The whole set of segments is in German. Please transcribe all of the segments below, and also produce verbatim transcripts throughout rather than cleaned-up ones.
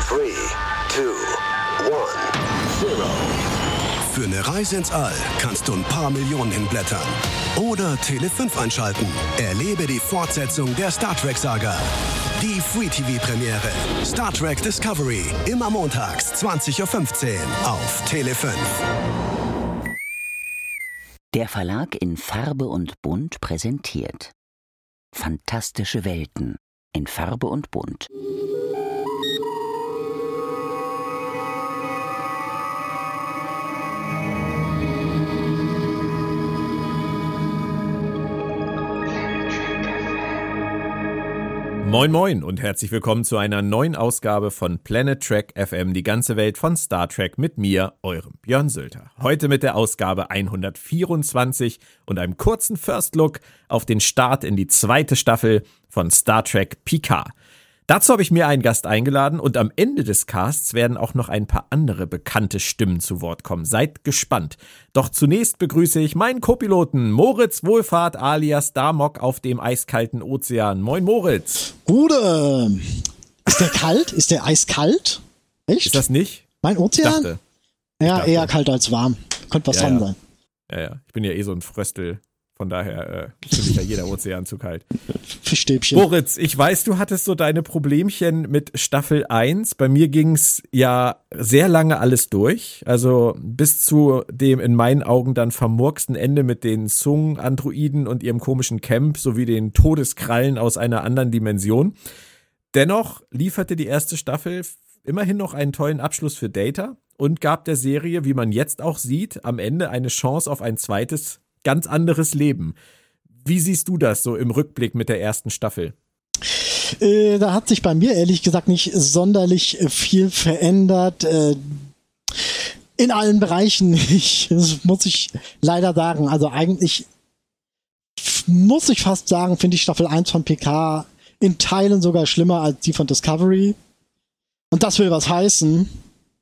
Three, two, one, zero. Für eine Reise ins All kannst du ein paar Millionen hinblättern. Oder Tele fünf einschalten. Erlebe die Fortsetzung der Star Trek-Saga. Die Free-T V-Premiere. Star Trek Discovery. Immer montags, zwanzig Uhr fünfzehn auf Tele fünf. Der Verlag in Farbe und Bunt präsentiert Fantastische Welten in Farbe und Bunt. Moin moin und herzlich willkommen zu einer neuen Ausgabe von Planet Trek F M, die ganze Welt von Star Trek mit mir, eurem Björn Sülter. Heute mit der Ausgabe hundertvierundzwanzig und einem kurzen First Look auf den Start in die zweite Staffel von Star Trek Picard. Dazu habe ich mir einen Gast eingeladen und am Ende des Casts werden auch noch ein paar andere bekannte Stimmen zu Wort kommen. Seid gespannt. Doch zunächst begrüße ich meinen Co-Piloten Moritz Wohlfahrt alias Damok auf dem eiskalten Ozean. Moin Moritz. Bruder, ist der kalt? Ist der eiskalt? Echt? Ist das nicht? Mein Ozean? Ich dachte. Ja, ich dachte. Eher kalt als warm. Könnte was ja, dran ja. sein. Ja, ja. Ich bin ja eh so ein Fröstel. Von daher äh, finde ich ja jeder Ozean zu kalt. Fischstäbchen. Moritz, ich weiß, du hattest so deine Problemchen mit Staffel eins. Bei mir ging's ja sehr lange alles durch. Also bis zu dem in meinen Augen dann vermurksten Ende mit den Sung-Androiden und ihrem komischen Camp sowie den Todeskrallen aus einer anderen Dimension. Dennoch lieferte die erste Staffel immerhin noch einen tollen Abschluss für Data und gab der Serie, wie man jetzt auch sieht, am Ende eine Chance auf ein zweites ganz anderes Leben. Wie siehst du das so im Rückblick mit der ersten Staffel? Äh, da hat sich bei mir ehrlich gesagt nicht sonderlich viel verändert. Äh, in allen Bereichen nicht. Das muss ich leider sagen. Also eigentlich muss ich fast sagen, finde ich Staffel eins von Picard in Teilen sogar schlimmer als die von Discovery. Und das will was heißen.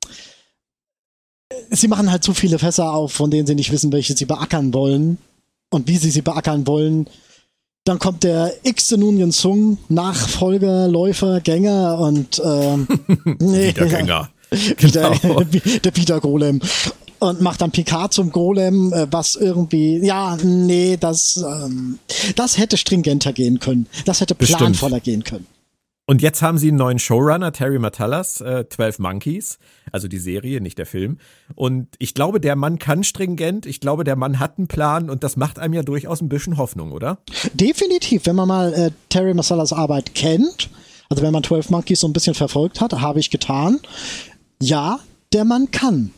Sie machen halt zu viele Fässer auf, von denen sie nicht wissen, welche sie beackern wollen und wie sie sie beackern wollen. Dann kommt der x-te Noonien Sung, Nachfolger, Läufer, Gänger und ähm, nee, Wiedergänger. Wieder, Genau. der Peter Golem. Und macht dann Picard zum Golem, was irgendwie, ja, nee, das, ähm, das hätte stringenter gehen können. Das hätte planvoller gehen können. Und jetzt haben sie einen neuen Showrunner, Terry Matalas, äh, zwölf Monkeys, also die Serie, nicht der Film. Und ich glaube, der Mann kann stringent, ich glaube, der Mann hat einen Plan und das macht einem ja durchaus ein bisschen Hoffnung, oder? Definitiv, wenn man mal äh, Terry Matalas Arbeit kennt, also wenn man zwölf Monkeys so ein bisschen verfolgt hat, habe ich getan. Ja, der Mann kann.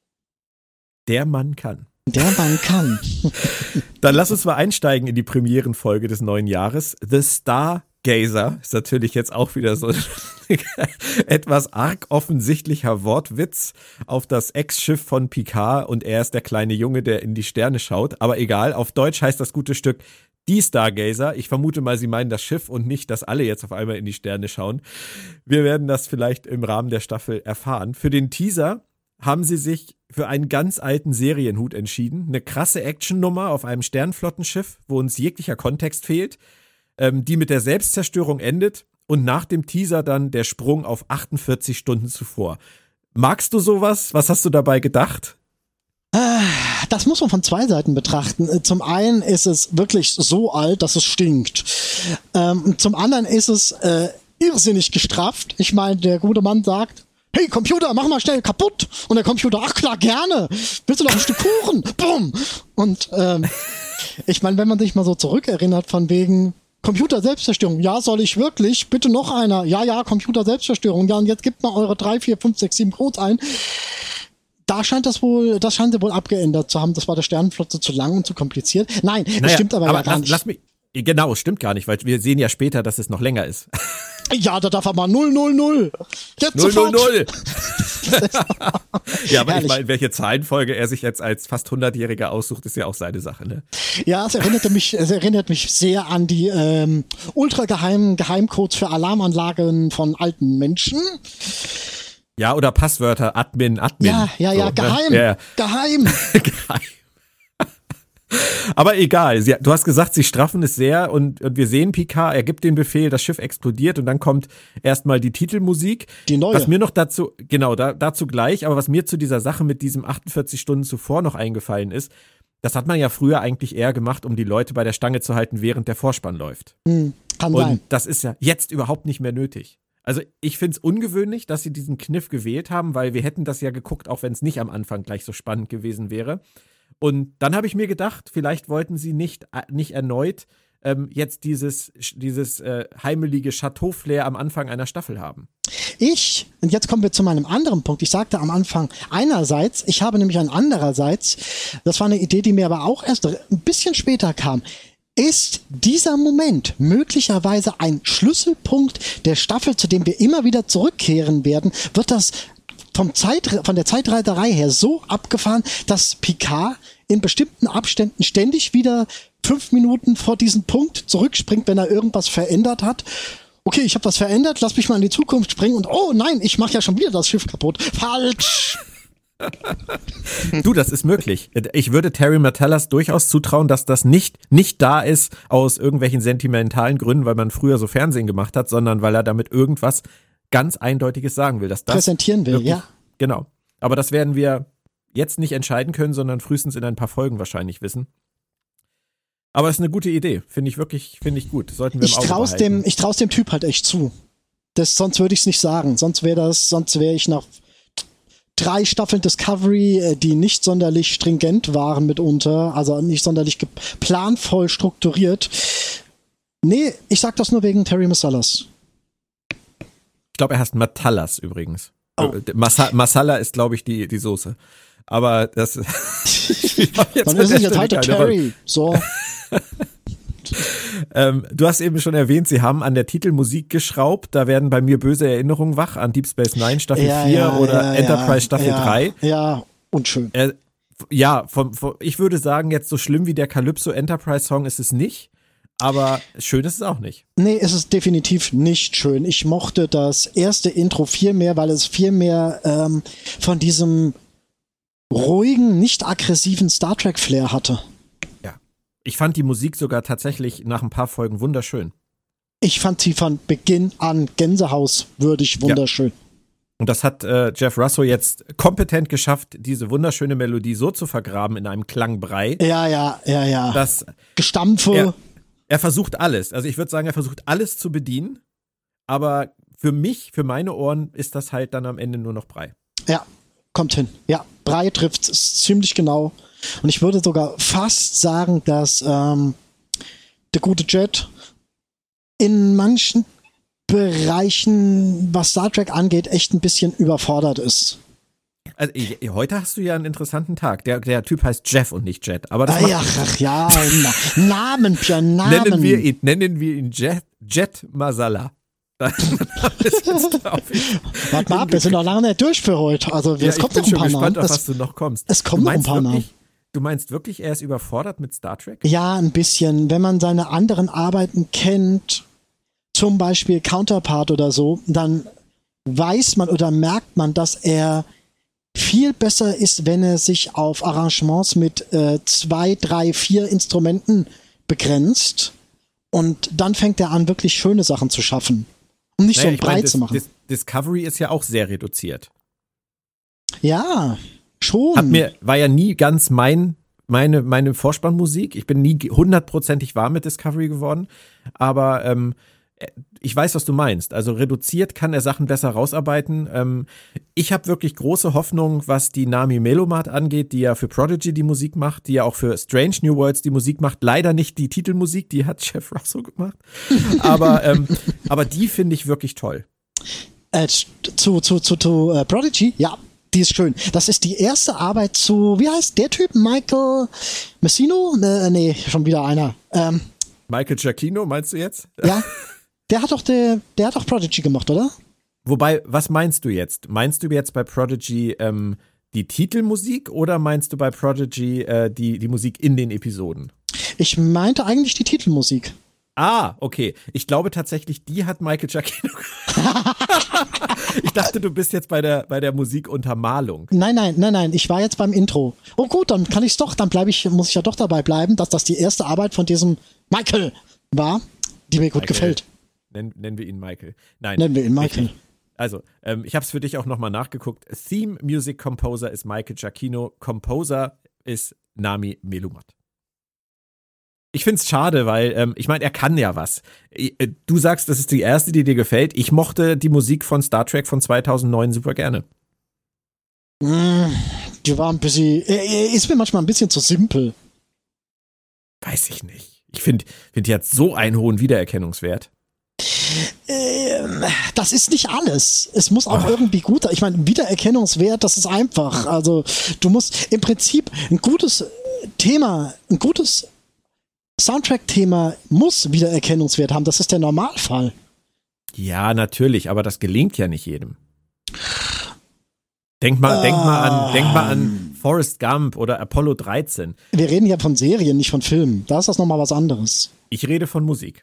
Der Mann kann. Der Mann kann. Dann lass uns mal einsteigen in die Premierenfolge des neuen Jahres. The Stargazer ist natürlich jetzt auch wieder so ein etwas arg offensichtlicher Wortwitz auf das Ex-Schiff von Picard und er ist der kleine Junge, der in die Sterne schaut. Aber egal, auf Deutsch heißt das gute Stück Die Stargazer. Ich vermute mal, sie meinen das Schiff und nicht, dass alle jetzt auf einmal in die Sterne schauen. Wir werden das vielleicht im Rahmen der Staffel erfahren. Für den Teaser haben sie sich für einen ganz alten Serienhut entschieden. Eine krasse Actionnummer auf einem Sternflottenschiff, wo uns jeglicher Kontext fehlt, ähm, die mit der Selbstzerstörung endet und nach dem Teaser dann der Sprung auf achtundvierzig Stunden zuvor. Magst du sowas? Was hast du dabei gedacht? Das muss man von zwei Seiten betrachten. Zum einen ist es wirklich so alt, dass es stinkt. Ähm, zum anderen ist es äh, irrsinnig gestrafft. Ich meine, der gute Mann sagt, hey Computer, mach mal schnell kaputt. Und der Computer, ach klar, gerne. Willst du noch ein Stück Kuchen? Bumm. Und ähm, ich meine, wenn man sich mal so zurückerinnert von wegen Computer Selbstzerstörung, ja, soll ich wirklich? Bitte noch einer. Ja, ja, Computer Selbstzerstörung. Ja, und jetzt gebt mal eure drei, vier, fünf, sechs, sieben Codes ein. Da scheint das wohl, das scheint sie wohl abgeändert zu haben. Das war der Sternenflotte zu lang und zu kompliziert. Nein, naja, das stimmt aber, aber ja gar lass, nicht. Lass mich, genau, stimmt gar nicht, weil wir sehen ja später, dass es noch länger ist. Ja, da darf er mal null null null. Jetzt null null sofort. null. Ja, aber Herrlich. ich meine, welche Zahlenfolge er sich jetzt als fast hundertjähriger aussucht, ist ja auch seine Sache, ne? Ja, es erinnerte mich, es erinnert mich sehr an die ähm, ultrageheimen Geheimcodes für Alarmanlagen von alten Menschen. Ja, oder Passwörter, Admin, Admin. Ja, ja, ja, so, geheim, ne? Ja, ja. geheim. Geheim. Aber egal, sie, du hast gesagt, sie straffen es sehr und, und wir sehen Picard, er gibt den Befehl, das Schiff explodiert und dann kommt erstmal die Titelmusik. Die neue. Was mir noch dazu, genau, da, dazu gleich, aber was mir zu dieser Sache mit diesem achtundvierzig Stunden zuvor noch eingefallen ist, das hat man ja früher eigentlich eher gemacht, um die Leute bei der Stange zu halten, während der Vorspann läuft. Hm, kann und sein. Das ist ja jetzt überhaupt nicht mehr nötig. Also ich finde es ungewöhnlich, dass sie diesen Kniff gewählt haben, weil wir hätten das ja geguckt, auch wenn es nicht am Anfang gleich so spannend gewesen wäre. Und dann habe ich mir gedacht, vielleicht wollten sie nicht, nicht erneut ähm, jetzt dieses, dieses äh, heimelige Chateau-Flair am Anfang einer Staffel haben. Ich, und jetzt kommen wir zu meinem anderen Punkt, ich sagte am Anfang einerseits, ich habe nämlich ein andererseits, das war eine Idee, die mir aber auch erst ein bisschen später kam. Ist dieser Moment möglicherweise ein Schlüsselpunkt der Staffel, zu dem wir immer wieder zurückkehren werden? Wird das vom Zeit, von der Zeitreiterei her so abgefahren, dass Picard in bestimmten Abständen ständig wieder fünf Minuten vor diesen Punkt zurückspringt, wenn er irgendwas verändert hat? Okay, ich habe was verändert, lass mich mal in die Zukunft springen und oh nein, ich mache ja schon wieder das Schiff kaputt. Falsch! Du, das ist möglich. Ich würde Terry Matalas durchaus zutrauen, dass das nicht, nicht da ist aus irgendwelchen sentimentalen Gründen, weil man früher so Fernsehen gemacht hat, sondern weil er damit irgendwas ganz Eindeutiges sagen will. Dass das präsentieren will, wirklich, ja. Genau. Aber das werden wir jetzt nicht entscheiden können, sondern frühestens in ein paar Folgen wahrscheinlich wissen. Aber es ist eine gute Idee. Finde ich wirklich, finde ich gut. Sollten wir im ich Auge trau's behalten. dem, ich trau's dem Typ halt echt zu. Das, sonst würde ich es nicht sagen. Sonst wäre das, sonst wäre ich nach drei Staffeln Discovery, die nicht sonderlich stringent waren mitunter, also nicht sonderlich planvoll strukturiert. Nee, ich sag das nur wegen Terry Matalas. Ich glaube, er heißt Matalas übrigens. Oh. Masa- Masala ist, glaube ich, die, die Soße. Aber das jetzt Dann ist es jetzt halt der Terry. So. ähm, du hast eben schon erwähnt, sie haben an der Titelmusik geschraubt. Da werden bei mir böse Erinnerungen wach an Deep Space Nine Staffel ja, vier ja, oder ja, Enterprise ja, Staffel ja, drei. Ja, unschön. Äh, ja, vom, vom, ich würde sagen, jetzt so schlimm wie der Calypso Enterprise Song ist es nicht. Aber schön ist es auch nicht. Nee, es ist definitiv nicht schön. Ich mochte das erste Intro viel mehr, weil es viel mehr ähm, von diesem ruhigen, nicht aggressiven Star Trek Flair hatte. Ja. Ich fand die Musik sogar tatsächlich nach ein paar Folgen wunderschön. Ich fand sie von Beginn an gänsehauswürdig wunderschön. Ja. Und das hat äh, Jeff Russo jetzt kompetent geschafft, diese wunderschöne Melodie so zu vergraben in einem Klangbrei. Ja, ja, ja, ja. Dass Gestampfe. Er, er versucht alles. Also ich würde sagen, er versucht alles zu bedienen. Aber für mich, für meine Ohren, ist das halt dann am Ende nur noch Brei. Ja, kommt hin. Ja, Brei trifft es ziemlich genau. Und ich würde sogar fast sagen, dass ähm, der gute Jet in manchen Bereichen, was Star Trek angeht, echt ein bisschen überfordert ist. Also, heute hast du ja einen interessanten Tag. Der, der Typ heißt Jeff und nicht Jet. Aber das ach, ach, ach ja, na, Namen, Pia, Namen. Nennen wir ihn, nennen wir ihn Jet, Jet Masala. Warte mal ab, wir sind noch lange nicht durch für heute. Also, ja, es kommt noch ein paar Mal. Ich bin gespannt, Namen. auf was du noch kommst. Es kommen noch ein paar wirklich, Namen. Du meinst wirklich, er ist überfordert mit Star Trek? Ja, ein bisschen. Wenn man seine anderen Arbeiten kennt, zum Beispiel Counterpart oder so, dann weiß man oder merkt man, dass er viel besser ist, wenn er sich auf Arrangements mit äh, zwei, drei, vier Instrumenten begrenzt. Und dann fängt er an, wirklich schöne Sachen zu schaffen. Um nicht naja, so breit mein, zu machen. Dis- Discovery ist ja auch sehr reduziert. Ja, schon. Hat mir, war ja nie ganz mein, meine, meine Vorspannmusik. Ich bin nie hundertprozentig warm mit Discovery geworden. Aber ähm, ich weiß, was du meinst. Also reduziert kann er Sachen besser rausarbeiten. Ähm, ich habe wirklich große Hoffnung, was die Nami Melomat angeht, die ja für Prodigy die Musik macht, die ja auch für Strange New Worlds die Musik macht. Leider nicht die Titelmusik, die hat Jeff Russo gemacht. aber, ähm, aber die finde ich wirklich toll. Äh, zu zu, zu, zu uh, Prodigy? Ja, die ist schön. Das ist die erste Arbeit zu, wie heißt der Typ? Michael Messino? Äh, nee, schon wieder einer. Ähm, Michael Giacchino, meinst du jetzt? Ja. Der hat doch der, der hat doch Prodigy gemacht, oder? Wobei, was meinst du jetzt? Meinst du jetzt bei Prodigy ähm, die Titelmusik oder meinst du bei Prodigy äh, die, die Musik in den Episoden? Ich meinte eigentlich die Titelmusik. Ah, okay. Ich glaube tatsächlich, die hat Michael Giacchino. ich dachte, du bist jetzt bei der, bei der Musikuntermalung. Nein, nein, nein, nein, ich war jetzt beim Intro. Oh gut, dann kann ich's doch, dann bleibe ich, muss ich ja doch dabei bleiben, dass das die erste Arbeit von diesem Michael war, die mir gut Michael. gefällt. Nennen, nennen wir ihn Michael. Nein. Nennen wir ihn Michael. Richtig. Also, ähm, ich habe es für dich auch nochmal nachgeguckt. Theme Music Composer ist Michael Giacchino, Composer ist Nami Melumat. Ich finde es schade, weil, ähm, ich meine, er kann ja was. Du sagst, das ist die erste, die dir gefällt. Ich mochte die Musik von Star Trek von zweitausendneun super gerne. Mm, die war ein bisschen, ist mir manchmal ein bisschen zu simpel. Weiß ich nicht. Ich finde, find, die hat so einen hohen Wiedererkennungswert. Ähm, das ist nicht alles. Es muss auch Ach. irgendwie gut. Ich meine, Wiedererkennungswert, das ist einfach. Also du musst im Prinzip ein gutes Thema, ein gutes Soundtrack-Thema muss Wiedererkennungswert haben. Das ist der Normalfall. Ja, natürlich, aber das gelingt ja nicht jedem. Denk mal, uh. denk mal an, denk mal an Forrest Gump oder Apollo dreizehn. Wir reden ja von Serien, nicht von Filmen. Da ist das nochmal was anderes. Ich rede von Musik.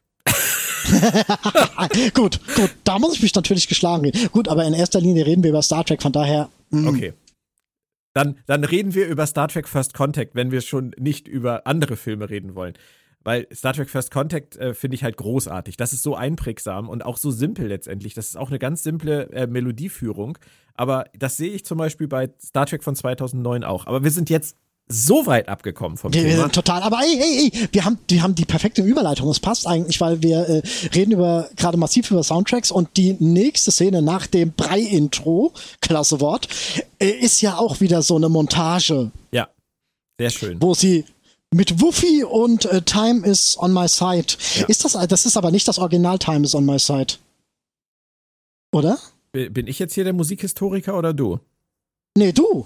gut, gut, da muss ich mich natürlich geschlagen reden. Gut, aber in erster Linie reden wir über Star Trek, von daher. Mh. Okay. Dann, dann reden wir über Star Trek First Contact, wenn wir schon nicht über andere Filme reden wollen. Weil Star Trek First Contact äh, finde ich halt großartig. Das ist so einprägsam und auch so simpel letztendlich. Das ist auch eine ganz simple äh, Melodieführung. Aber das sehe ich zum Beispiel bei Star Trek von zweitausendneun auch. Aber wir sind jetzt so weit abgekommen vom wir, Thema. Wir sind total, aber ey, ey, ey, wir haben, wir haben die perfekte Überleitung. Das passt eigentlich, weil wir äh, reden über gerade massiv über Soundtracks und die nächste Szene nach dem Brei-Intro, klasse Wort, äh, ist ja auch wieder so eine Montage. Ja, sehr schön. Wo sie mit Wuffy und äh, Time is on my side. Ja. Ist das, das ist aber nicht das Original Time is on my side. Oder? Bin ich jetzt hier der Musikhistoriker oder du? Nee, du.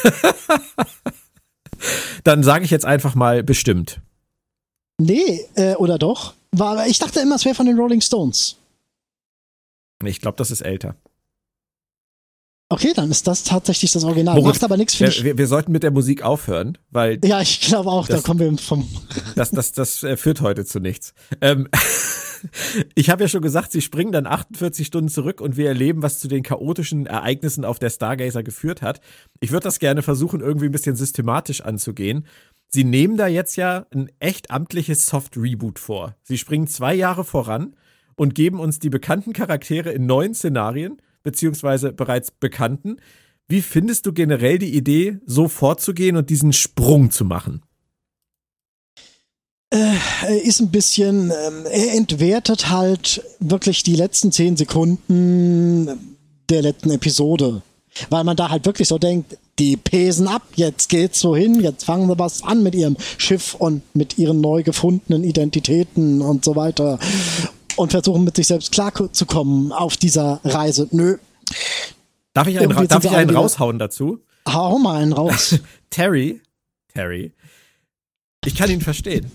Dann sage ich jetzt einfach mal bestimmt. Nee, äh, oder doch? War, ich dachte immer, es wäre von den Rolling Stones. Ich glaube, das ist älter. Okay, dann ist das tatsächlich das Original. Moritz, Macht aber nichts für dich. Wir, wir sollten mit der Musik aufhören, weil. Ja, ich glaube auch, das, da kommen wir vom. Das, das, das äh, führt heute zu nichts. Ähm, ich habe ja schon gesagt, sie springen dann achtundvierzig Stunden zurück und wir erleben, was zu den chaotischen Ereignissen auf der Stargazer geführt hat. Ich würde das gerne versuchen, irgendwie ein bisschen systematisch anzugehen. Sie nehmen da jetzt ja ein echt amtliches Soft-Reboot vor. Sie springen zwei Jahre voran und geben uns die bekannten Charaktere in neuen Szenarien, beziehungsweise bereits bekannten. Wie findest du generell die Idee, so vorzugehen und diesen Sprung zu machen? Äh, ist ein bisschen, ähm, er entwertet halt wirklich die letzten zehn Sekunden der letzten Episode. Weil man da halt wirklich so denkt, die pesen ab, jetzt geht's so hin, jetzt fangen sie was an mit ihrem Schiff und mit ihren neu gefundenen Identitäten und so weiter. Und versuchen mit sich selbst klarzukommen auf dieser Reise. Nö. Darf ich einen, ra- darf ich einen raushauen dazu? Hau mal einen raus. Terry, Terry, ich kann ihn verstehen.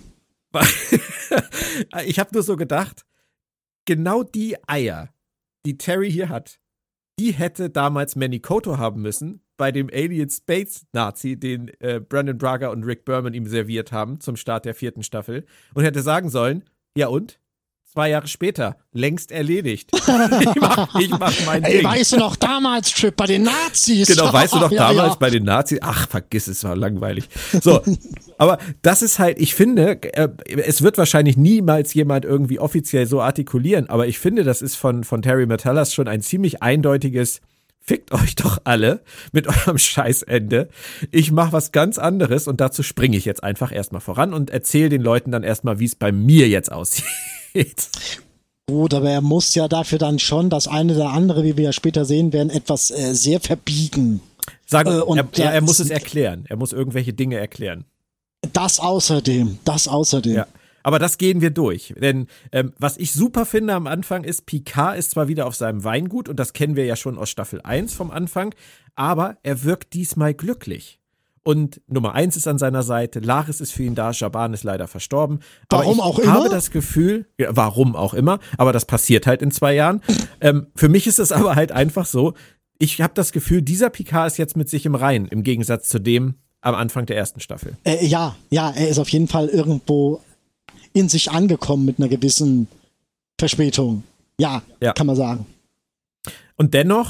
Ich habe nur so gedacht, genau die Eier, die Terry hier hat, die hätte damals Manny Koto haben müssen bei dem Alien Space Nazi, den äh, Brandon Braga und Rick Berman ihm serviert haben zum Start der vierten Staffel und hätte sagen sollen, ja und? Zwei Jahre später, längst erledigt. Ich mach, ich mach mein Ey, Ding. weißt du noch damals, Trip, bei den Nazis? Genau, weißt du noch ja, damals ja. bei den Nazis? Ach, vergiss es, war langweilig. So, aber das ist halt, ich finde, äh, es wird wahrscheinlich niemals jemand irgendwie offiziell so artikulieren, aber ich finde, das ist von, von Terry Matalas schon ein ziemlich eindeutiges Fickt euch doch alle mit eurem Scheißende. Ich mache was ganz anderes und dazu springe ich jetzt einfach erstmal voran und erzähle den Leuten dann erstmal, wie es bei mir jetzt aussieht. Gut, aber er muss ja dafür dann schon das eine oder andere, wie wir ja später sehen werden, etwas äh, sehr verbiegen. Sagen, Äh, und er, er, er das- muss es erklären. Er muss irgendwelche Dinge erklären. Das außerdem, das außerdem. Ja. Aber das gehen wir durch. Denn ähm, was ich super finde am Anfang ist, Picard ist zwar wieder auf seinem Weingut und das kennen wir ja schon aus Staffel eins vom Anfang, aber er wirkt diesmal glücklich. Und Nummer eins ist an seiner Seite, Laris ist für ihn da, Jaban ist leider verstorben. Warum aber ich auch immer? habe das Gefühl, ja, warum auch immer, aber das passiert halt in zwei Jahren. ähm, für mich ist es aber halt einfach so, ich habe das Gefühl, dieser Picard ist jetzt mit sich im Reinen, im Gegensatz zu dem am Anfang der ersten Staffel. Äh, ja, ja, er ist auf jeden Fall irgendwo in sich angekommen mit einer gewissen Verspätung. Ja, Ja. kann man sagen. Und dennoch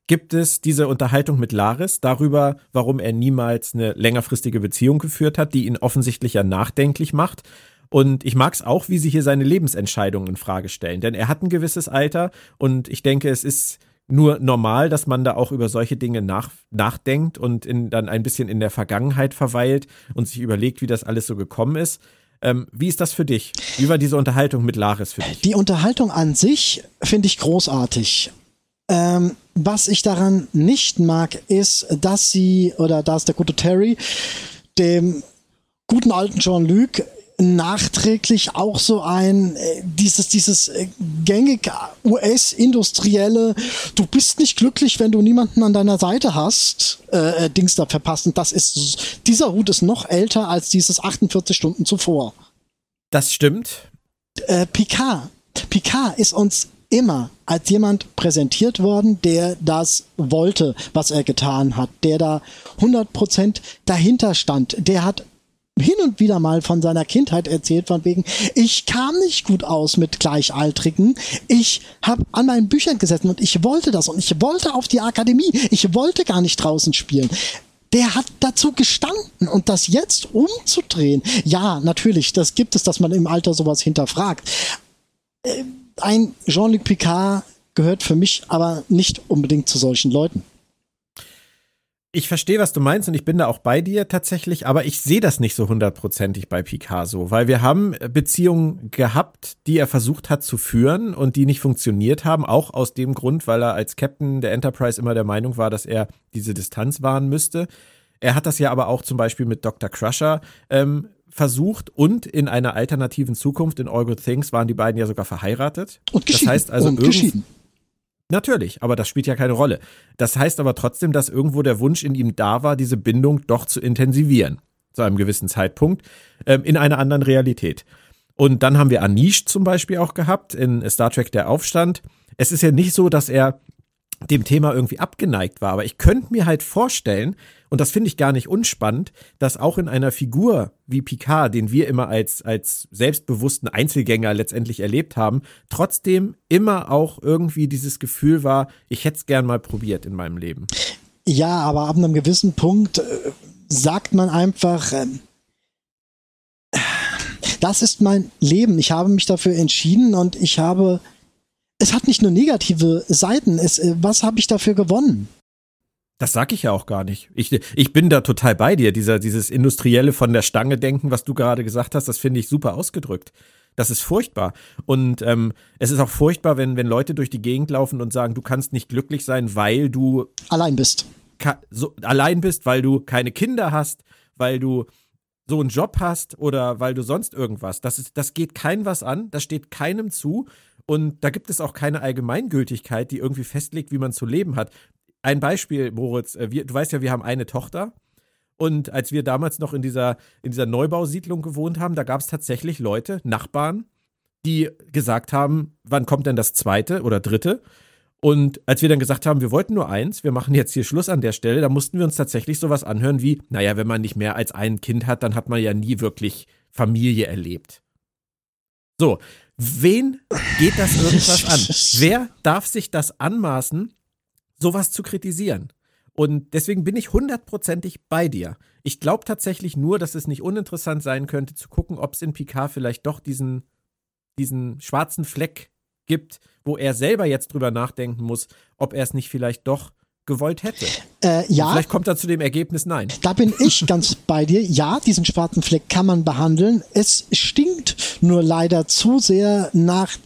gibt es diese Unterhaltung mit Laris darüber, warum er niemals eine längerfristige Beziehung geführt hat, die ihn offensichtlich ja nachdenklich macht. Und ich mag es auch, wie sie hier seine Lebensentscheidungen in Frage stellen. Denn er hat ein gewisses Alter und ich denke, es ist nur normal, dass man da auch über solche Dinge nach, nachdenkt und in, dann ein bisschen in der Vergangenheit verweilt und sich überlegt, wie das alles so gekommen ist. Ähm, wie ist das für dich? Wie war diese Unterhaltung mit Laris für dich? Die Unterhaltung an sich finde ich großartig. Ähm, was ich daran nicht mag, ist, dass sie, oder dass der gute Terry dem guten alten Jean-Luc nachträglich auch so ein, äh, dieses, dieses äh, gängige U S-industrielle, du bist nicht glücklich, wenn du niemanden an deiner Seite hast, äh, Dings da verpasst. Und das ist, dieser Hut ist noch älter als dieses achtundvierzig Stunden zuvor. Das stimmt. Äh, Picard. Picard ist uns immer als jemand präsentiert worden, der das wollte, was er getan hat, der da hundert Prozent dahinter stand, der hat hin und wieder mal von seiner Kindheit erzählt, von wegen, ich kam nicht gut aus mit Gleichaltrigen, ich habe an meinen Büchern gesessen und ich wollte das und ich wollte auf die Akademie, ich wollte gar nicht draußen spielen. Der hat dazu gestanden und das jetzt umzudrehen, ja, natürlich, das gibt es, dass man im Alter sowas hinterfragt. Ein Jean-Luc Picard gehört für mich aber nicht unbedingt zu solchen Leuten. Ich verstehe, was du meinst und ich bin da auch bei dir tatsächlich, aber ich sehe das nicht so hundertprozentig bei Picard so, weil wir haben Beziehungen gehabt, die er versucht hat zu führen und die nicht funktioniert haben, auch aus dem Grund, weil er als Captain der Enterprise immer der Meinung war, dass er diese Distanz wahren müsste. Er hat das ja aber auch zum Beispiel mit Doktor Crusher ähm, versucht und in einer alternativen Zukunft in All Good Things waren die beiden ja sogar verheiratet. Und geschieden. Das heißt also und geschieden. Natürlich, aber das spielt ja keine Rolle. Das heißt aber trotzdem, dass irgendwo der Wunsch in ihm da war, diese Bindung doch zu intensivieren. Zu einem gewissen Zeitpunkt, ähm, in einer anderen Realität. Und dann haben wir Anish zum Beispiel auch gehabt in Star Trek Der Aufstand. Es ist ja nicht so, dass er dem Thema irgendwie abgeneigt war, aber ich könnte mir halt vorstellen, und das finde ich gar nicht unspannend, dass auch in einer Figur wie Picard, den wir immer als, als selbstbewussten Einzelgänger letztendlich erlebt haben, trotzdem immer auch irgendwie dieses Gefühl war, ich hätte es gern mal probiert in meinem Leben. Ja, aber ab einem gewissen Punkt äh, sagt man einfach, äh, das ist mein Leben, ich habe mich dafür entschieden und ich habe, es hat nicht nur negative Seiten, es, äh, was habe ich dafür gewonnen? Das sag ich ja auch gar nicht. Ich, ich bin da total bei dir. Dieser, dieses industrielle von der Stange denken, was du gerade gesagt hast, das finde ich super ausgedrückt. Das ist furchtbar. Und ähm, es ist auch furchtbar, wenn, wenn Leute durch die Gegend laufen und sagen, du kannst nicht glücklich sein, weil du allein bist. Ka- so, allein bist, weil du keine Kinder hast, weil du so einen Job hast oder weil du sonst irgendwas. Das ist, das geht keinem was an, das steht keinem zu. Und da gibt es auch keine Allgemeingültigkeit, die irgendwie festlegt, wie man zu leben hat. Ein Beispiel, Moritz, wir, du weißt ja, wir haben eine Tochter und als wir damals noch in dieser, in dieser Neubausiedlung gewohnt haben, da gab es tatsächlich Leute, Nachbarn, die gesagt haben, wann kommt denn das zweite oder dritte? Und als wir dann gesagt haben, wir wollten nur eins, wir machen jetzt hier Schluss an der Stelle, da mussten wir uns tatsächlich sowas anhören wie, naja, wenn man nicht mehr als ein Kind hat, dann hat man ja nie wirklich Familie erlebt. So, wen geht das irgendwas an? Wer darf sich das anmaßen, sowas zu kritisieren? Und deswegen bin ich hundertprozentig bei dir. Ich glaube tatsächlich nur, dass es nicht uninteressant sein könnte, zu gucken, ob es in Picard vielleicht doch diesen, diesen schwarzen Fleck gibt, wo er selber jetzt drüber nachdenken muss, ob er es nicht vielleicht doch gewollt hätte. Äh, ja. Vielleicht kommt er zu dem Ergebnis, nein. Da bin ich ganz bei dir. Ja, diesen schwarzen Fleck kann man behandeln. Es stinkt nur leider zu sehr nach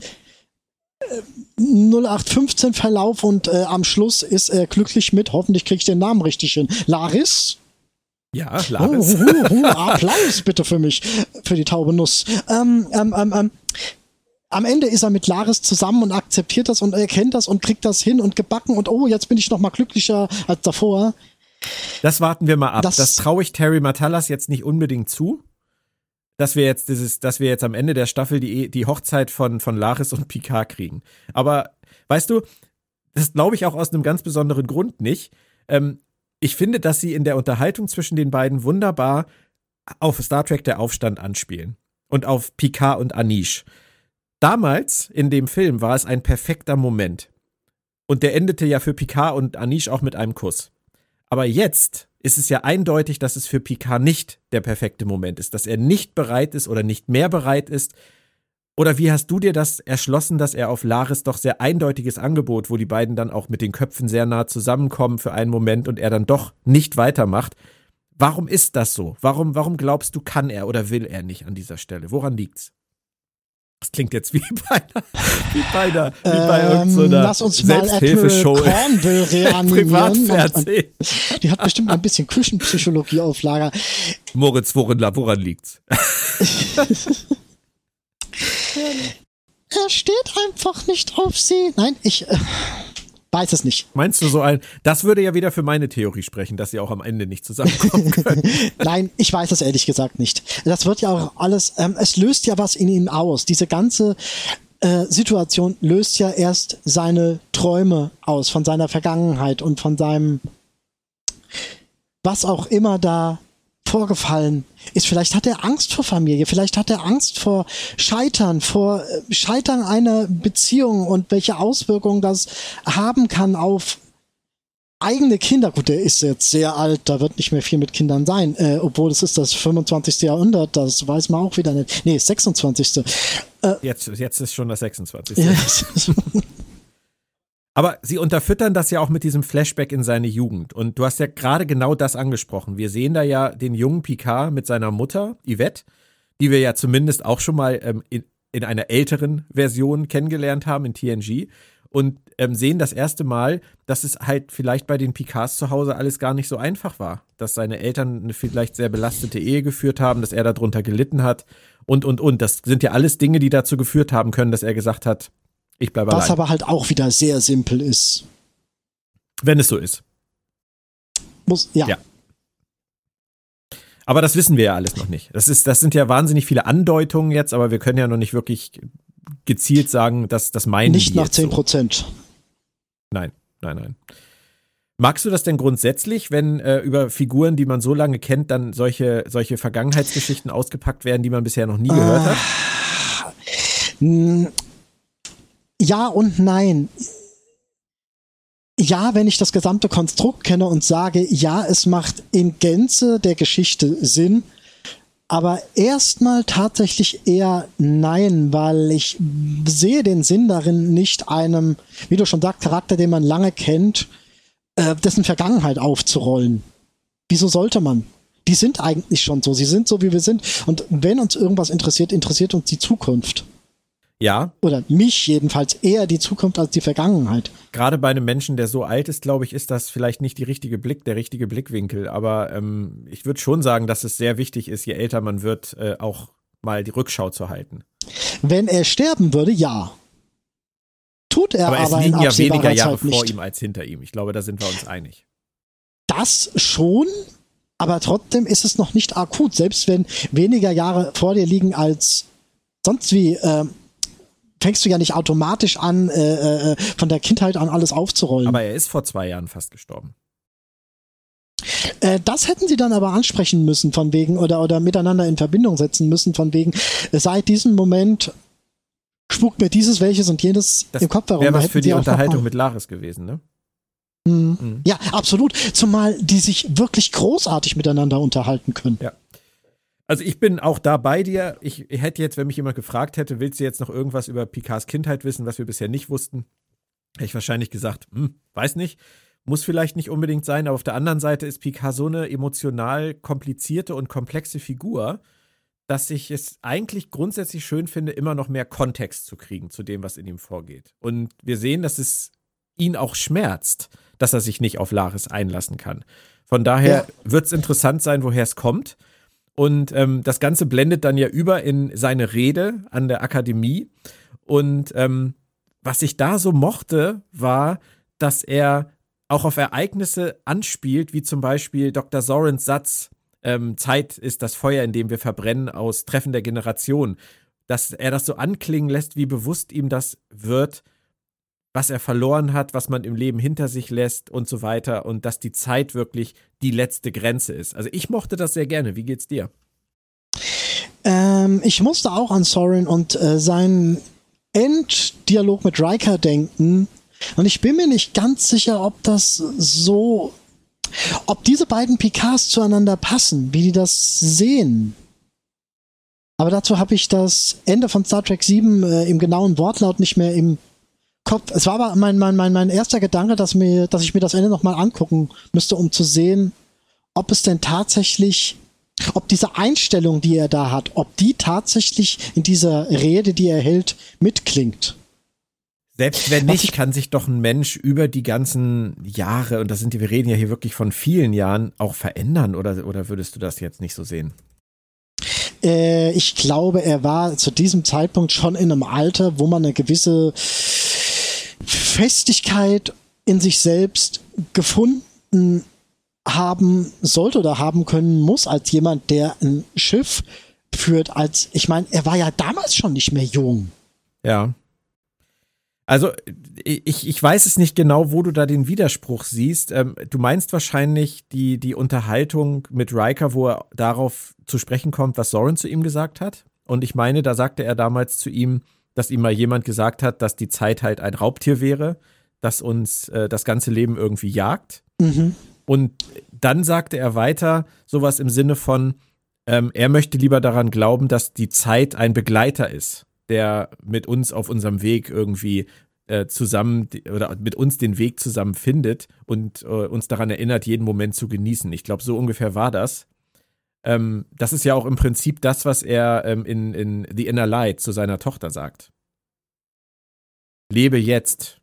äh, null acht fünfzehn Verlauf und äh, am Schluss ist er glücklich mit, hoffentlich kriege ich den Namen richtig hin, Laris. Ja, Laris. Oh, uh, uh, Applaus bitte für mich, für die taube Nuss. Ähm, ähm, ähm, ähm. Am Ende ist er mit Laris zusammen und akzeptiert das und erkennt das und kriegt das hin und gebacken und oh, jetzt bin ich noch mal glücklicher als davor. Das warten wir mal ab. Das, das traue ich Terry Matalas jetzt nicht unbedingt zu, dass wir jetzt dieses, dass wir jetzt am Ende der Staffel die, die Hochzeit von, von Laris und Picard kriegen. Aber weißt du, das glaube ich auch aus einem ganz besonderen Grund nicht. Ähm, ich finde, dass sie in der Unterhaltung zwischen den beiden wunderbar auf Star Trek Der Aufstand anspielen und auf Picard und Anish. Damals in dem Film war es ein perfekter Moment. Und der endete ja für Picard und Anish auch mit einem Kuss. Aber jetzt ist es ja eindeutig, dass es für Picard nicht der perfekte Moment ist, dass er nicht bereit ist oder nicht mehr bereit ist. Oder wie hast du dir das erschlossen, dass er auf Laris doch sehr eindeutiges Angebot, wo die beiden dann auch mit den Köpfen sehr nah zusammenkommen für einen Moment und er dann doch nicht weitermacht? Warum ist das so? Warum, warum glaubst du, kann er oder will er nicht an dieser Stelle? Woran liegt's? Das klingt jetzt wie bei einer, wie bei, einer, wie bei ähm, irgendeiner lass uns mal Selbsthilfeshow. Cornwall reanimieren. Privatfernsehen. Die hat bestimmt ein bisschen Küchenpsychologie auf Lager. Moritz, woran, woran liegt's? Er steht einfach nicht auf sie. Nein, ich äh, weiß es nicht. Meinst du so ein, das würde ja wieder für meine Theorie sprechen, dass sie auch am Ende nicht zusammenkommen können. Nein, ich weiß es ehrlich gesagt nicht. Das wird ja auch alles, ähm, es löst ja was in ihm aus. Diese ganze äh, Situation löst ja erst seine Träume aus, von seiner Vergangenheit und von seinem, was auch immer da vorgefallen ist. Vielleicht hat er Angst vor Familie, vielleicht hat er Angst vor Scheitern, vor Scheitern einer Beziehung und welche Auswirkungen das haben kann auf eigene Kinder. Gut, der ist jetzt sehr alt, da wird nicht mehr viel mit Kindern sein, äh, obwohl es ist das fünfundzwanzigste Jahrhundert, das weiß man auch wieder nicht. Nee, sechsundzwanzigste Äh, jetzt, jetzt ist schon das sechsundzwanzigste Aber sie unterfüttern das ja auch mit diesem Flashback in seine Jugend. Und du hast ja gerade genau das angesprochen. Wir sehen da ja den jungen Picard mit seiner Mutter, Yvette, die wir ja zumindest auch schon mal ähm, in, in einer älteren Version kennengelernt haben, in T N G. Und ähm, sehen das erste Mal, dass es halt vielleicht bei den Picards zu Hause alles gar nicht so einfach war. Dass seine Eltern eine vielleicht sehr belastete Ehe geführt haben, dass er darunter gelitten hat und, und, und. Das sind ja alles Dinge, die dazu geführt haben können, dass er gesagt hat, ich bleibe allein. Was aber halt auch wieder sehr simpel ist. Wenn es so ist. Muss, ja. ja. Aber das wissen wir ja alles noch nicht. Das ist, das sind ja wahnsinnig viele Andeutungen jetzt, aber wir können ja noch nicht wirklich gezielt sagen, dass das meinen Nicht die nach jetzt zehn Prozent. So. Nein, nein, nein. Magst du das denn grundsätzlich, wenn äh, über Figuren, die man so lange kennt, dann solche, solche Vergangenheitsgeschichten ausgepackt werden, die man bisher noch nie gehört hat? Ah, ja und nein. Ja, wenn ich das gesamte Konstrukt kenne und sage, ja, es macht in Gänze der Geschichte Sinn, aber erstmal tatsächlich eher nein, weil ich sehe den Sinn darin, nicht einem, wie du schon sagst, Charakter, den man lange kennt, äh, dessen Vergangenheit aufzurollen. Wieso sollte man? Die sind eigentlich schon so, sie sind so, wie wir sind. Und wenn uns irgendwas interessiert, interessiert uns die Zukunft. Ja. Oder mich jedenfalls eher die Zukunft als die Vergangenheit. Gerade bei einem Menschen, der so alt ist, glaube ich, ist das vielleicht nicht die richtige Blick, der richtige Blickwinkel. Aber ähm, ich würde schon sagen, dass es sehr wichtig ist, je älter man wird, äh, auch mal die Rückschau zu halten. Wenn er sterben würde, ja. Tut er aber, aber es liegen in ja weniger Jahre Zeit vor nicht. ihm als hinter ihm. Ich glaube, da sind wir uns einig. Das schon, aber trotzdem ist es noch nicht akut. Selbst wenn weniger Jahre vor dir liegen als sonst wie, äh, fängst du ja nicht automatisch an, äh, äh, von der Kindheit an alles aufzurollen. Aber er ist vor zwei Jahren fast gestorben. Äh, das hätten sie dann aber ansprechen müssen, von wegen, oder, oder miteinander in Verbindung setzen müssen, von wegen, äh, seit diesem Moment spukt mir dieses, welches und jenes das im Kopf herum. Wäre Da was hätten für die sie auch Unterhaltung noch mal- mit Laris gewesen, ne? Mhm. Mhm. Ja, absolut. Zumal die sich wirklich großartig miteinander unterhalten können. Ja. Also ich bin auch da bei dir. Ich hätte jetzt, wenn mich jemand gefragt hätte, willst du jetzt noch irgendwas über Picards Kindheit wissen, was wir bisher nicht wussten, hätte ich wahrscheinlich gesagt, hm, weiß nicht, muss vielleicht nicht unbedingt sein, aber auf der anderen Seite ist Picard so eine emotional komplizierte und komplexe Figur, dass ich es eigentlich grundsätzlich schön finde, immer noch mehr Kontext zu kriegen zu dem, was in ihm vorgeht. Und wir sehen, dass es ihn auch schmerzt, dass er sich nicht auf Laris einlassen kann. Von daher Ja. wird es interessant sein, woher es kommt. Und ähm, das Ganze blendet dann ja über in seine Rede an der Akademie. Und ähm, was ich da so mochte, war, dass er auch auf Ereignisse anspielt, wie zum Beispiel Doktor Sorens Satz, ähm, Zeit ist das Feuer, in dem wir verbrennen, aus Treffen der Generation. Dass er das so anklingen lässt, wie bewusst ihm das wird, was er verloren hat, was man im Leben hinter sich lässt und so weiter und dass die Zeit wirklich die letzte Grenze ist. Also ich mochte das sehr gerne. Wie geht's dir? Ähm, ich musste auch an Soren und äh, seinen Enddialog mit Riker denken, Und ich bin mir nicht ganz sicher, ob das so, ob diese beiden Picards zueinander passen, wie die das sehen. Aber dazu habe ich das Ende von Star Trek sieben äh, im genauen Wortlaut nicht mehr im Kopf. Es war aber mein, mein, mein, mein erster Gedanke, dass, mir, dass ich mir das Ende nochmal angucken müsste, um zu sehen, ob es denn tatsächlich, ob diese Einstellung, die er da hat, ob die tatsächlich in dieser Rede, die er hält, mitklingt. Selbst wenn nicht, kann sich doch ein Mensch über die ganzen Jahre, und das sind, wir reden ja hier wirklich von vielen Jahren, auch verändern, oder, oder würdest du das jetzt nicht so sehen? Äh, ich glaube, er war zu diesem Zeitpunkt schon in einem Alter, wo man eine gewisse Festigkeit in sich selbst gefunden haben sollte oder haben können muss, als jemand, der ein Schiff führt, als, ich meine, er war ja damals schon nicht mehr jung. Ja. Also ich, ich weiß es nicht genau, wo du da den Widerspruch siehst. Ähm, du meinst wahrscheinlich die, die Unterhaltung mit Riker, wo er darauf zu sprechen kommt, was Soren zu ihm gesagt hat. Und ich meine, da sagte er damals zu ihm, dass ihm mal jemand gesagt hat, dass die Zeit halt ein Raubtier wäre, das uns äh, das ganze Leben irgendwie jagt. Mhm. Und dann sagte er weiter sowas im Sinne von, ähm, er möchte lieber daran glauben, dass die Zeit ein Begleiter ist, der mit uns auf unserem Weg irgendwie äh, zusammen oder mit uns den Weg zusammen findet und äh, uns daran erinnert, jeden Moment zu genießen. Ich glaube, so ungefähr war das. Ähm, das ist ja auch im Prinzip das, was er ähm, in, in The Inner Light zu seiner Tochter sagt. Lebe jetzt.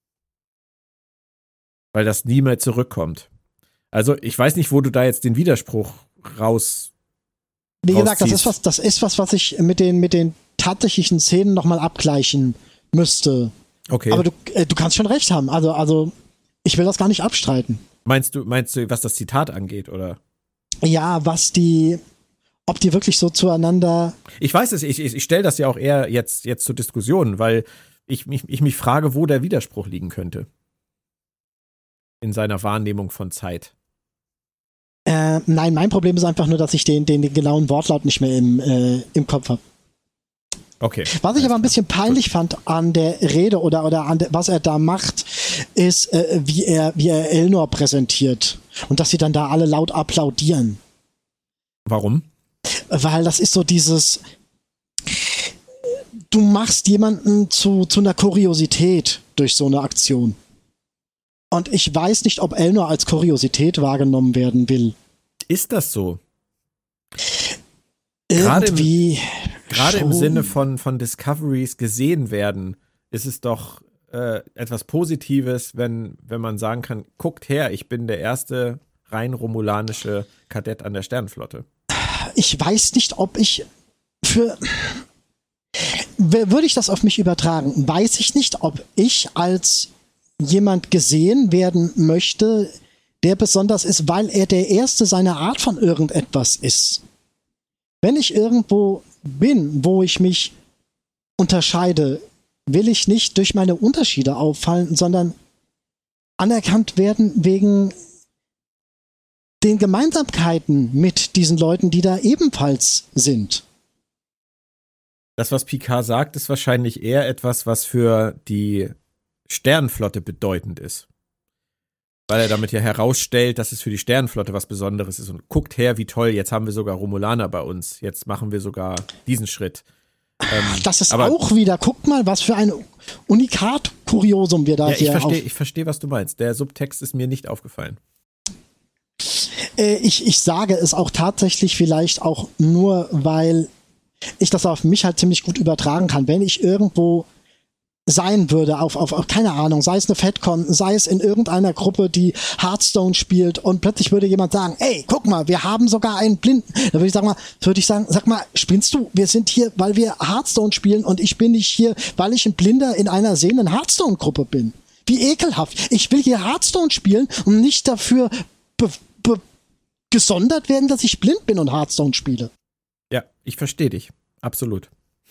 Weil das nie mehr zurückkommt. Also ich weiß nicht, wo du da jetzt den Widerspruch raus Wie gesagt, das ist was, das ist was, was ich mit den, mit den tatsächlichen Szenen nochmal abgleichen müsste. Okay. Aber du, äh, du kannst schon recht haben. Also, also, ich will das gar nicht abstreiten. Meinst du, meinst du, was das Zitat angeht, oder? Ja, was die, ob die wirklich so zueinander. Ich weiß es, ich, ich, ich stelle das ja auch eher jetzt, jetzt zur Diskussion, weil ich mich, ich mich frage, wo der Widerspruch liegen könnte. In seiner Wahrnehmung von Zeit. Äh, nein, mein Problem ist einfach nur, dass ich den, den, den genauen Wortlaut nicht mehr im, äh, im Kopf habe. Okay. Was ich aber ein bisschen peinlich fand an der Rede oder, oder an der, was er da macht, ist, äh, wie er, wie er Elnor präsentiert. Und dass sie dann da alle laut applaudieren. Warum? Weil das ist so dieses, du machst jemanden zu, zu einer Kuriosität durch so eine Aktion. Und ich weiß nicht, ob Elnor als Kuriosität wahrgenommen werden will. Ist das so? Irgendwie. Gerade im schon. Sinne von, von Discoveries gesehen werden, ist es doch äh, etwas Positives, wenn, wenn man sagen kann, guckt her, ich bin der erste rein romulanische Kadett an der Sternenflotte. Ich weiß nicht, ob ich für... Würde ich das auf mich übertragen, weiß ich nicht, ob ich als jemand gesehen werden möchte, der besonders ist, weil er der Erste seiner Art von irgendetwas ist. Wenn ich irgendwo bin, wo ich mich unterscheide, will ich nicht durch meine Unterschiede auffallen, sondern anerkannt werden wegen den Gemeinsamkeiten mit diesen Leuten, die da ebenfalls sind. Das, was Picard sagt, ist wahrscheinlich eher etwas, was für die Sternenflotte bedeutend ist. Weil er damit ja herausstellt, dass es für die Sternenflotte was Besonderes ist. Und guckt her, wie toll, jetzt haben wir sogar Romulaner bei uns. Jetzt machen wir sogar diesen Schritt. Ähm, das ist auch wieder, guck mal, was für ein Unikat-Kuriosum wir da ja, hier ich verstehe, auf... ich verstehe, was du meinst. Der Subtext ist mir nicht aufgefallen. Äh, ich, ich sage es auch tatsächlich vielleicht auch nur, weil ich das auf mich halt ziemlich gut übertragen kann. Wenn ich irgendwo sein würde, auf, auf, auf, keine Ahnung, sei es eine FedCon, sei es in irgendeiner Gruppe, die Hearthstone spielt und plötzlich würde jemand sagen, ey, guck mal, wir haben sogar einen Blinden. Da würde ich sagen, mal, würde ich sagen, sag mal, spinnst du? Wir sind hier, weil wir Hearthstone spielen und ich bin nicht hier, weil ich ein Blinder in einer sehenden Hearthstone-Gruppe bin. Wie ekelhaft. Ich will hier Hearthstone spielen und nicht dafür be- be- gesondert werden, dass ich blind bin und Hearthstone spiele. Ja, ich verstehe dich. Absolut.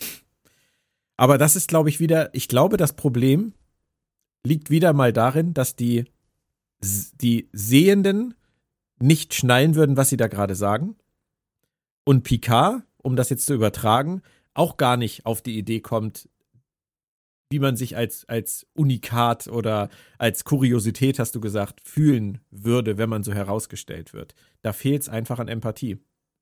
Aber das ist, glaube ich, wieder, ich glaube, das Problem liegt wieder mal darin, dass die, die Sehenden nicht schnallen würden, was sie da gerade sagen. Und Picard, um das jetzt zu übertragen, auch gar nicht auf die Idee kommt, wie man sich als, als Unikat oder als Kuriosität, hast du gesagt, fühlen würde, wenn man so herausgestellt wird. Da fehlt es einfach an Empathie.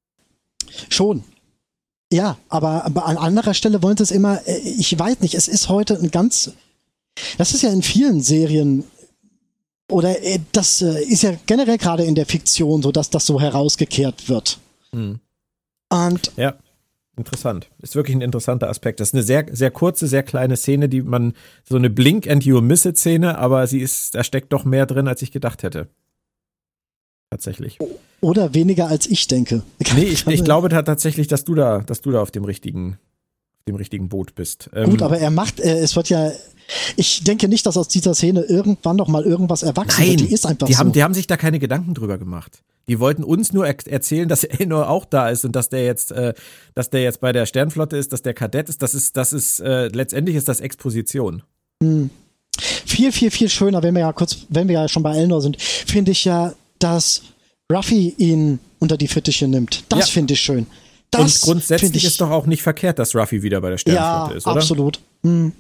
Schon. Ja, aber, aber an anderer Stelle wollen sie es immer, ich weiß nicht, es ist heute ein ganz, das ist ja in vielen Serien, oder das ist ja generell gerade in der Fiktion so, dass das so herausgekehrt wird. Hm. Und ja. Interessant. Ist wirklich ein interessanter Aspekt. Das ist eine sehr, sehr kurze, sehr kleine Szene, die man, so eine Blink-and-You-Miss-It-Szene, aber sie ist, da steckt doch mehr drin, als ich gedacht hätte. Tatsächlich. Oder weniger als ich denke. Nee, ich, ich glaube da tatsächlich, dass du da, dass du da auf dem richtigen, dem richtigen Boot bist. Ähm, Gut, aber er macht, äh, es wird ja, ich denke nicht, dass aus dieser Szene irgendwann noch mal irgendwas erwachsen Nein, wird. Die ist einfach die so. haben, die haben sich da keine Gedanken drüber gemacht. Die wollten uns nur er- erzählen, dass Elnor auch da ist und dass der jetzt, äh, dass der jetzt bei der Sternflotte ist, dass der Kadett ist. Das ist, das ist, äh, letztendlich ist das Exposition. Hm. Viel, viel, viel schöner, wenn wir ja kurz, wenn wir ja schon bei Elnor sind, finde ich ja, dass Ruffy ihn unter die Fittiche nimmt. Das Ja. finde ich schön. Das Und grundsätzlich find ich, ist doch auch nicht verkehrt, dass Ruffy wieder bei der Sternflotte ja, ist, oder? Absolut. Hm.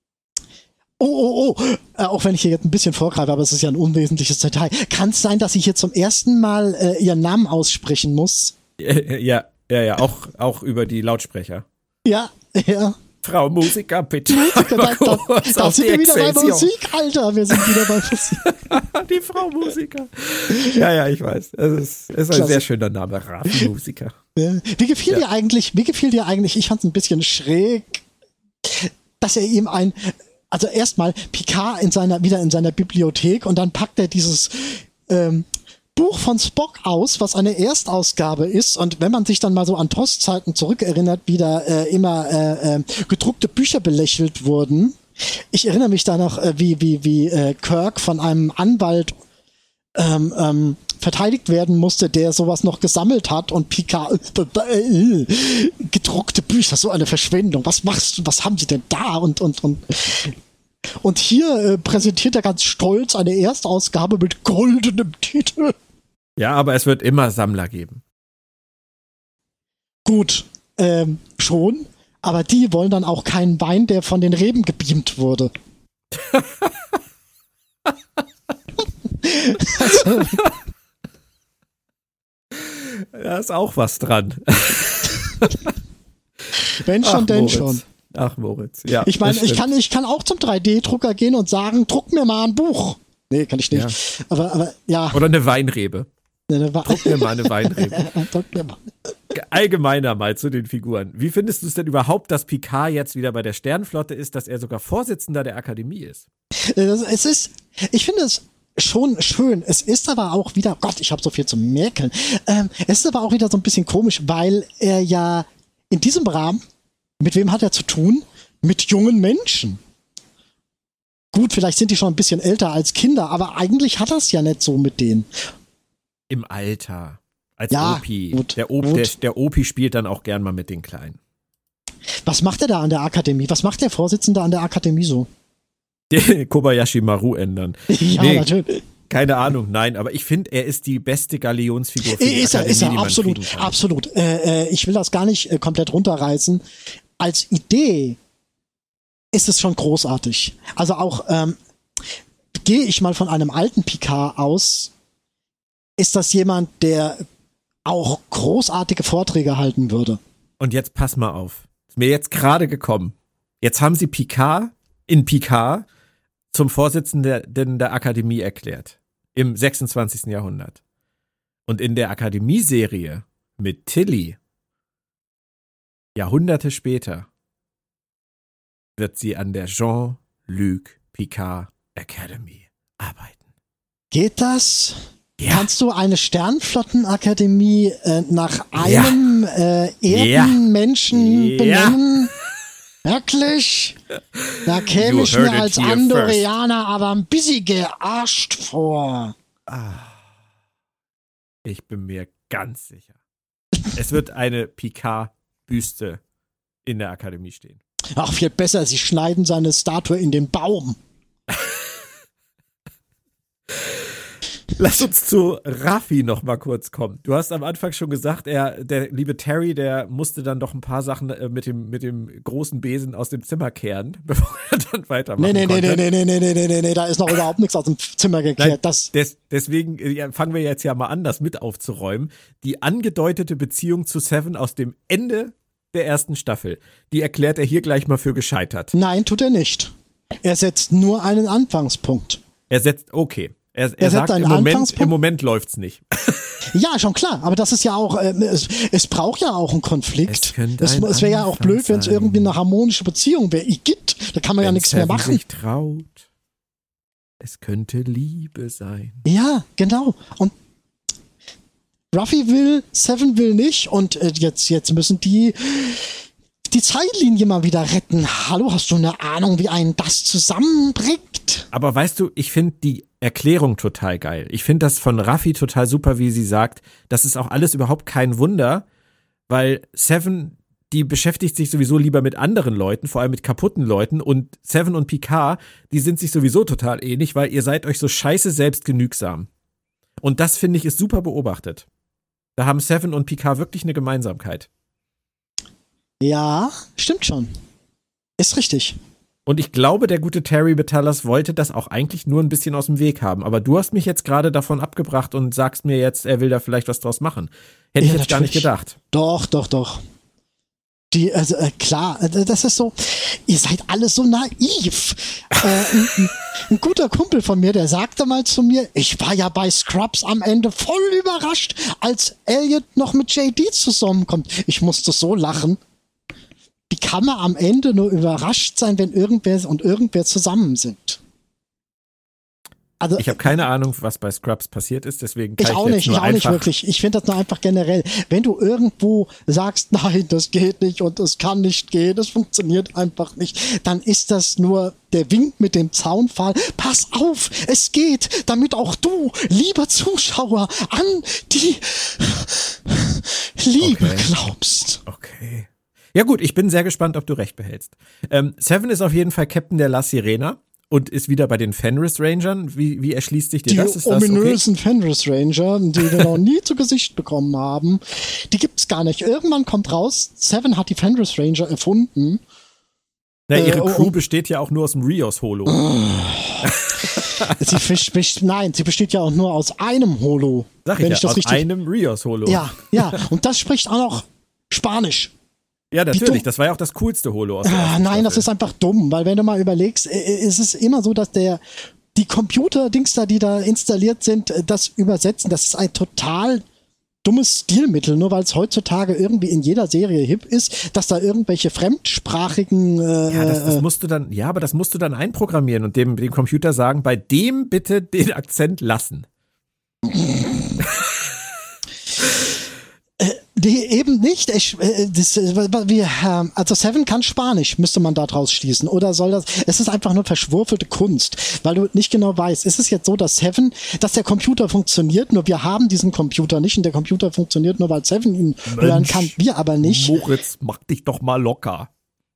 Oh, oh, oh, äh, auch wenn ich hier jetzt ein bisschen vorgreife, aber es ist ja ein unwesentliches Detail. Kann es sein, dass ich hier zum ersten Mal äh, ihren Namen aussprechen muss? Ja, ja, ja, auch, auch über die Lautsprecher. Ja, ja. Frau Musiker, bitte. Musiker, da, da, kurz da auf sind die wir wieder bei Excelsior. Musik, Alter. Wir sind wieder bei Musik. Die Frau Musiker. Ja, ja, ich weiß. Es ist, es ist ein Klasse. sehr schöner Name, Rafi Musiker. Ja. Wie gefiel Ja. dir eigentlich, wie gefiel dir eigentlich, ich fand es ein bisschen schräg, dass er ihm ein, also erstmal Picard in seiner, wieder in seiner Bibliothek und dann packt er dieses ähm, Buch von Spock aus, was eine Erstausgabe ist, und wenn man sich dann mal so an Postzeiten zurückerinnert, wie da äh, immer äh, äh, gedruckte Bücher belächelt wurden. Ich erinnere mich da noch, äh, wie, wie, wie äh, Kirk von einem Anwalt ähm, ähm, verteidigt werden musste, der sowas noch gesammelt hat, und Picard äh, gedruckte Bücher, so eine Verschwendung. Was machst du? Was haben sie denn da? Und und und und hier äh, präsentiert er ganz stolz eine Erstausgabe mit goldenem Titel. Ja, aber es wird immer Sammler geben. Gut, ähm, schon, aber die wollen dann auch keinen Wein, der von den Reben gebeamt wurde. Also, Da ist auch was dran. wenn schon, Ach, denn Moritz. schon. Ach, Moritz. Ja, Ich meine, das ich stimmt. kann, ich kann auch zum drei D-Drucker gehen und sagen, druck mir mal ein Buch. Nee, kann ich nicht. Ja. Aber, aber ja. Oder eine Weinrebe. Ne, wa- Druck mir mal eine Weinrebe. druck mir mal. Allgemeiner mal zu den Figuren. Wie findest du es denn überhaupt, dass Picard jetzt wieder bei der Sternflotte ist, dass er sogar Vorsitzender der Akademie ist? Das- Es ist, ich finde es schon schön. Es ist aber auch wieder, Gott, ich habe so viel zu merken. Ähm, es ist aber auch wieder so ein bisschen komisch, weil er ja in diesem Rahmen, mit wem hat er zu tun? Mit jungen Menschen. Gut, vielleicht sind die schon ein bisschen älter als Kinder, aber eigentlich hat er es ja nicht so mit denen. Im Alter. Als Ja, O P. gut, der, o- gut. der, der O P spielt dann auch gern mal mit den Kleinen. Was macht er da an der Akademie? Was macht der Vorsitzende an der Akademie so? Kobayashi Maru ändern. Ja, Nee, natürlich. Keine Ahnung, nein, aber ich finde, er ist die beste Galionsfigur für die Ist er, Akademie, ist er, die man absolut, kriegen kann. absolut. Äh, äh, ich will das gar nicht äh, komplett runterreißen. Als Idee ist es schon großartig. Also auch, ähm, gehe ich mal von einem alten Picard aus, ist das jemand, der auch großartige Vorträge halten würde. Und jetzt pass mal auf. Ist mir jetzt gerade gekommen. Jetzt haben sie Picard in Picard zum Vorsitzenden der Akademie erklärt. Im sechsundzwanzigsten Jahrhundert. Und in der Akademieserie mit Tilly, Jahrhunderte später, wird sie an der Jean-Luc Picard Academy arbeiten. Geht das? Ja. Kannst du eine Sternflottenakademie äh, nach Ja. einem äh, Erdenmenschen Ja. benennen? Wirklich? Da käme You ich mir heard it als here Andorianer aber ein bisschen gearscht vor. Ich bin mir ganz sicher. Es wird eine Picard-Büste in der Akademie stehen. Ach, viel besser, sie schneiden seine Statue in den Baum. Lass uns zu Raffi noch mal kurz kommen. Du hast am Anfang schon gesagt, er, der liebe Terry, der musste dann doch ein paar Sachen äh, mit dem, mit dem großen Besen aus dem Zimmer kehren, bevor er dann weitermachen nee, nee, konnte. Nee, nee, nee, nee, nee, nee, nee, da ist noch überhaupt nichts aus dem Zimmer gekehrt. Nein, das des, deswegen ja, fangen wir jetzt ja mal an, das mit aufzuräumen. Die angedeutete Beziehung zu Seven aus dem Ende der ersten Staffel, die erklärt er hier gleich mal für gescheitert. Nein, tut er nicht. Er setzt nur einen Anfangspunkt. Er setzt, okay. Er, er, er sagt, im Moment, im Moment läuft's nicht. Ja, schon klar. Aber das ist ja auch, äh, es, es braucht ja auch einen Konflikt. Es, es, es wäre ja auch blöd, wenn es irgendwie eine harmonische Beziehung wäre. Igitt, da kann man wenn ja nichts Seven mehr machen. Sich traut, es könnte Liebe sein. Ja, genau. Und Ruffy will, Seven will nicht. Und äh, jetzt, jetzt müssen die die Zeitlinie mal wieder retten. Hallo, hast du eine Ahnung, wie einen das zusammenbringt? Aber weißt du, ich finde die Erklärung total geil. Ich finde das von Raffi total super, wie sie sagt, das ist auch alles überhaupt kein Wunder, weil Seven, die beschäftigt sich sowieso lieber mit anderen Leuten, vor allem mit kaputten Leuten, und Seven und Picard, die sind sich sowieso total ähnlich, weil ihr seid euch so scheiße selbstgenügsam. Und das, finde ich, ist super beobachtet. Da haben Seven und Picard wirklich eine Gemeinsamkeit. Ja, stimmt schon. Ist richtig. Und ich glaube, der gute Terry Batalas wollte das auch eigentlich nur ein bisschen aus dem Weg haben. Aber du hast mich jetzt gerade davon abgebracht und sagst mir jetzt, er will da vielleicht was draus machen. Hätte ja, ich jetzt natürlich gar nicht gedacht. Doch, doch, doch. Die, also äh, klar, äh, das ist so, ihr seid alle so naiv. äh, ein, ein guter Kumpel von mir, der sagte mal zu mir, ich war ja bei Scrubs am Ende voll überrascht, als Elliot noch mit J D zusammenkommt. Ich musste so lachen. Wie kann man am Ende nur überrascht sein, wenn irgendwer und irgendwer zusammen sind? Also, ich habe keine Ahnung, was bei Scrubs passiert ist, deswegen kann ich ich auch jetzt nicht, nur ich auch einfach nicht wirklich. Ich finde das nur einfach generell. Wenn du irgendwo sagst, nein, das geht nicht und es kann nicht gehen, das funktioniert einfach nicht, dann ist das nur der Wink mit dem Zaunpfahl. Pass auf, es geht, damit auch du, lieber Zuschauer, an die Liebe okay. glaubst. Okay. Ja gut, ich bin sehr gespannt, ob du recht behältst. Ähm, Seven ist auf jeden Fall Captain der La Sirena und ist wieder bei den Fenris Rangern. Wie, wie erschließt sich dir die das? Ist ominösen das okay? Fenris Ranger, die wir noch nie zu Gesicht bekommen haben, die gibt's gar nicht. Irgendwann kommt raus, Seven hat die Fenris Ranger erfunden. Na, ihre äh, Crew besteht ja auch nur aus dem Rios-Holo. sie fisch, fisch, nein, sie besteht ja auch nur aus einem Holo. Sag ich wenn ja, ich das aus richtig, einem Rios-Holo. Ja, ja, und das spricht auch noch Spanisch. Ja, natürlich, das war ja auch das coolste Holo aus der ah, Nein, Staffel. Das ist einfach dumm, weil wenn du mal überlegst, ist es immer so, dass der die Computer-Dings da, die da installiert sind, das übersetzen, das ist ein total dummes Stilmittel, nur weil es heutzutage irgendwie in jeder Serie hip ist, dass da irgendwelche fremdsprachigen äh, Ja, das, das musst du dann, ja, aber das musst du dann einprogrammieren und dem, dem Computer sagen, bei dem bitte den Akzent lassen. Die eben nicht. Ich, äh, das, äh, wir, äh, also Seven kann Spanisch, müsste man da draus schließen. Oder soll das, es ist einfach nur verschwurfelte Kunst, weil du nicht genau weißt, ist es jetzt so, dass Seven, dass der Computer funktioniert, nur wir haben diesen Computer nicht und der Computer funktioniert nur, weil Seven ihn hören kann, wir aber nicht. Moritz, mach dich doch mal locker.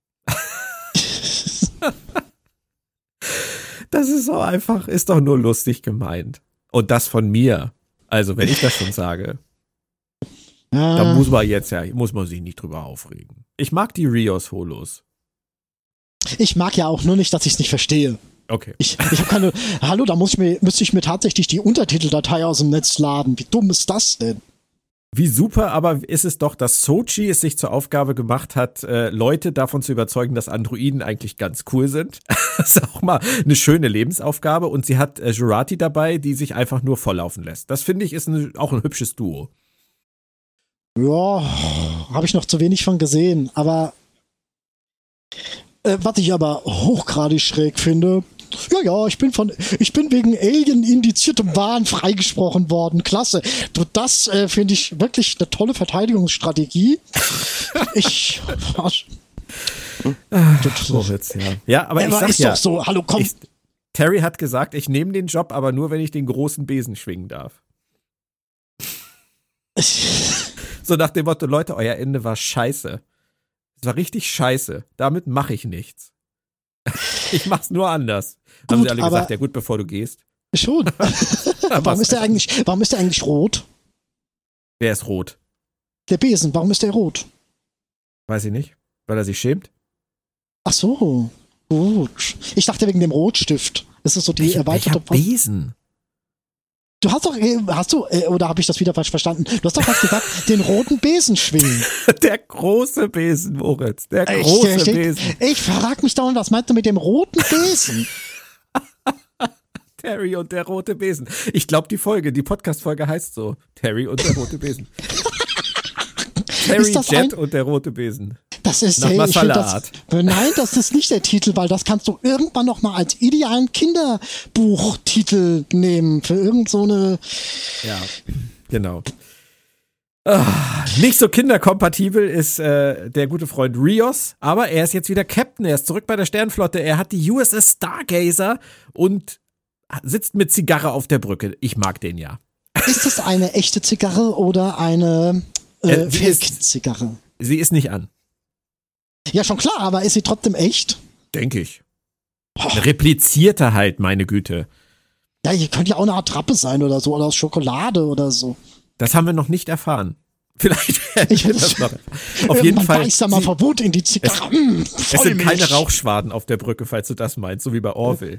Das ist so einfach, ist doch nur lustig gemeint. Und das von mir. Also, wenn ich das schon sage. Ah. Da muss man jetzt ja, muss man sich nicht drüber aufregen. Ich mag die Rios-Holos. Ich mag ja auch nur nicht, dass ich es nicht verstehe. Okay. Ich, ich habe keine, hallo, da muss ich mir, müsste ich mir tatsächlich die Untertiteldatei aus dem Netz laden. Wie dumm ist das denn? Wie super aber ist es doch, dass Sochi es sich zur Aufgabe gemacht hat, äh, Leute davon zu überzeugen, dass Androiden eigentlich ganz cool sind. Das ist auch mal eine schöne Lebensaufgabe. Und sie hat äh, Jurati dabei, die sich einfach nur volllaufen lässt. Das finde ich ist ein, auch ein hübsches Duo. Ja, habe ich noch zu wenig von gesehen. Aber äh, was ich aber hochgradig schräg finde, ja, ja, ich bin von, ich bin wegen Alien-indiziertem Wahn freigesprochen worden. Klasse. Du, das äh, finde ich wirklich eine tolle Verteidigungsstrategie. Ich. Ach, Moritz, ja. Ja, aber, aber ich sag ist ja, doch so. Hallo, komm. Ich, Terry hat gesagt, ich nehme den Job, aber nur, wenn ich den großen Besen schwingen darf. So nach dem Motto, Leute, euer Ende war scheiße. Es war richtig scheiße. Damit mache ich nichts. Ich mach's nur anders. Gut, haben sie alle gesagt, ja gut, bevor du gehst. Schon. warum, ist der eigentlich, warum ist der eigentlich rot? Wer ist rot? Der Besen, warum ist der rot? Weiß ich nicht. Weil er sich schämt? Ach so, gut. Ich dachte wegen dem Rotstift. Das ist so die Welcher, erweiterte welcher Besen? Du hast doch, hast du, oder habe ich das wieder falsch verstanden? Du hast doch was gesagt, den roten Besen schwingen. Der große Besen, Moritz. Der Ich, große ich, ich, Besen. Ich frag mich dauernd, was meinst du mit dem roten Besen? Terry und der rote Besen. Ich glaube, die Folge, die Podcast-Folge heißt so. Terry und der rote Besen. Terry, Ist das Jet ein- und der rote Besen. Das ist, Nach hey, ich find das, Masala-Art. nein, das ist nicht der Titel, weil das kannst du irgendwann noch mal als idealen Kinderbuchtitel nehmen für irgend so eine. Ja, genau. Ah, nicht so kinderkompatibel ist äh, der gute Freund Rios, aber er ist jetzt wieder Captain, er ist zurück bei der Sternflotte, er hat die U S S Stargazer und sitzt mit Zigarre auf der Brücke. Ich mag den ja. Ist das eine echte Zigarre oder eine äh, Äh, sie ist- Fake-Zigarre? Sie ist nicht an, Ja, schon klar, aber ist sie trotzdem echt? denke ich. Eine replizierte halt, meine Güte. Ja, hier könnte ja auch eine Attrappe sein oder so, oder aus Schokolade oder so. Das haben wir noch nicht erfahren. Vielleicht werden Ich wir das noch. Auf jeden Irgendwann Fall. beißt da mal sie- Verbot in die Zigarre. Mm, Es sind Vollmilch. keine Rauchschwaden auf der Brücke, falls du das meinst, so wie bei Orville.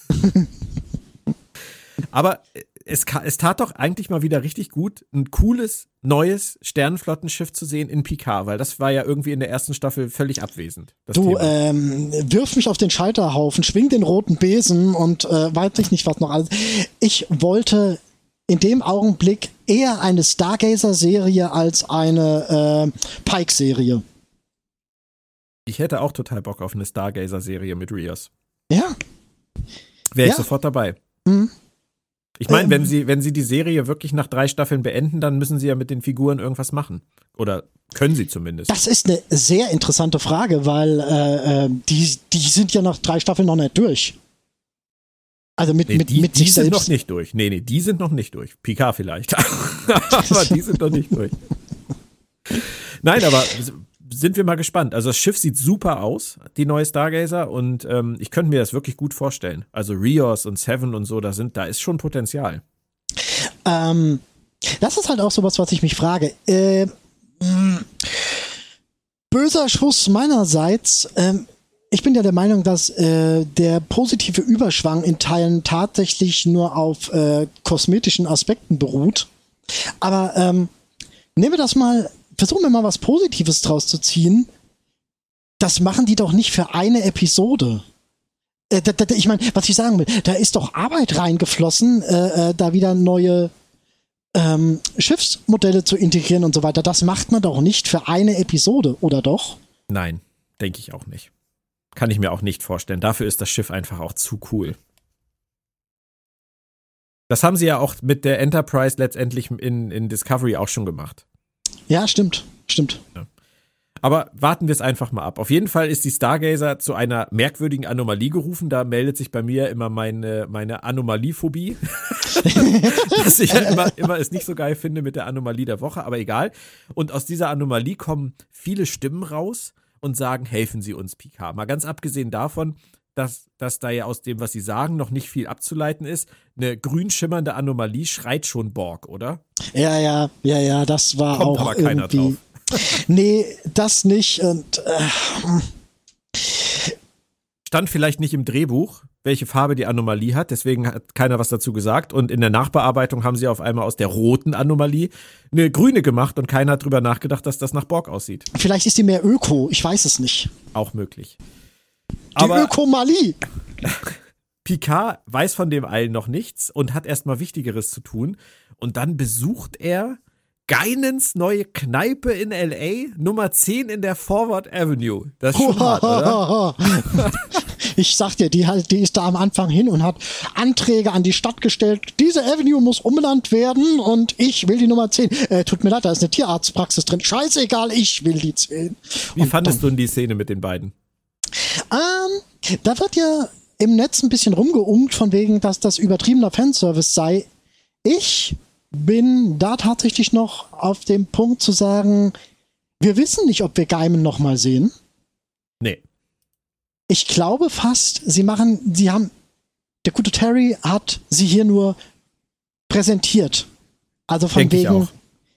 Aber es, ka- es tat doch eigentlich mal wieder richtig gut, ein cooles, neues Sternenflottenschiff zu sehen in Picard, weil das war ja irgendwie in der ersten Staffel völlig abwesend. Das Du, Thema. ähm, wirf mich auf den Scheiterhaufen, schwing den roten Besen und äh, weiß ich nicht, was noch alles. Ich wollte in dem Augenblick eher eine Stargazer-Serie als eine äh, Pike-Serie. Ich hätte auch total Bock auf eine Stargazer-Serie mit Rios. Ja? Wäre ich Ja. sofort dabei. Mhm. Ich meine, Ähm. wenn sie, wenn sie die Serie wirklich nach drei Staffeln beenden, dann müssen sie ja mit den Figuren irgendwas machen. Oder können sie zumindest. Das ist eine sehr interessante Frage, weil äh, äh, die, die sind ja nach drei Staffeln noch nicht durch. Also mit, Nee, mit, die, mit die sich sind selbst. noch nicht durch. Nee, nee, die sind noch nicht durch. Picard vielleicht. Aber die sind noch nicht durch. Nein, aber s- sind wir mal gespannt. Also das Schiff sieht super aus, die neue Stargazer, und ähm, ich könnte mir das wirklich gut vorstellen. Also Rios und Seven und so, da sind, da ist schon Potenzial. Ähm, das ist halt auch sowas, was ich mich frage. Äh, mh, böser Schuss meinerseits. Ähm, ich bin ja der Meinung, dass äh, der positive Überschwang in Teilen tatsächlich nur auf äh, kosmetischen Aspekten beruht. Aber ähm, nehmen wir das mal, versuchen wir mal was Positives draus zu ziehen. Das machen die doch nicht für eine Episode. Äh, da, da, ich meine, was ich sagen will, da ist doch Arbeit reingeflossen, äh, äh, da wieder neue ähm, Schiffsmodelle zu integrieren und so weiter. Das macht man doch nicht für eine Episode, oder doch? Nein, denke ich auch nicht. Kann ich mir auch nicht vorstellen. Dafür ist das Schiff einfach auch zu cool. Das haben sie ja auch mit der Enterprise letztendlich in, in Discovery auch schon gemacht. Ja, stimmt, stimmt. Aber warten wir es einfach mal ab. Auf jeden Fall ist die Stargazer zu einer merkwürdigen Anomalie gerufen. Da meldet sich bei mir immer meine, meine Anomaliephobie. Dass ich ja immer, immer es nicht so geil finde mit der Anomalie der Woche, aber egal. Und aus dieser Anomalie kommen viele Stimmen raus und sagen, helfen Sie uns, Picard. Mal ganz abgesehen davon, dass, dass da ja aus dem, was Sie sagen, noch nicht viel abzuleiten ist. Eine grün schimmernde Anomalie schreit schon Borg, oder? Ja, ja, ja, ja, das war Kommt auch aber keiner irgendwie. drauf. Nee, das nicht. Und äh, Stand vielleicht nicht im Drehbuch, welche Farbe die Anomalie hat, deswegen hat keiner was dazu gesagt. Und in der Nachbearbeitung haben sie auf einmal aus der roten Anomalie eine grüne gemacht und keiner hat drüber nachgedacht, dass das nach Borg aussieht. vielleicht ist die mehr Öko, ich weiß es nicht. Auch möglich. Die Aber Ökomalie. Picard weiß von dem allen noch nichts und hat erstmal Wichtigeres zu tun. Und dann besucht er Guinans neue Kneipe in L A, Nummer zehn in der Forward Avenue. Das ist schon hart, oder? Ich sag dir, die, halt, die ist da am Anfang hin und hat Anträge an die Stadt gestellt. Diese Avenue muss umbenannt werden und ich will die Nummer zehn. Äh, tut mir leid, da ist eine Tierarztpraxis drin. Scheißegal, ich will die zehn. Wie fandest du denn die Szene mit den beiden? Ähm, da wird ja im Netz ein bisschen rumgeungt, von wegen, dass das übertriebener Fanservice sei. Ich bin da tatsächlich noch auf dem Punkt zu sagen, wir wissen nicht, ob wir Gaiman noch mal sehen. Nee. Ich glaube fast, sie machen, sie haben der gute Terry hat sie hier nur präsentiert. Also von Denk ich wegen, auch.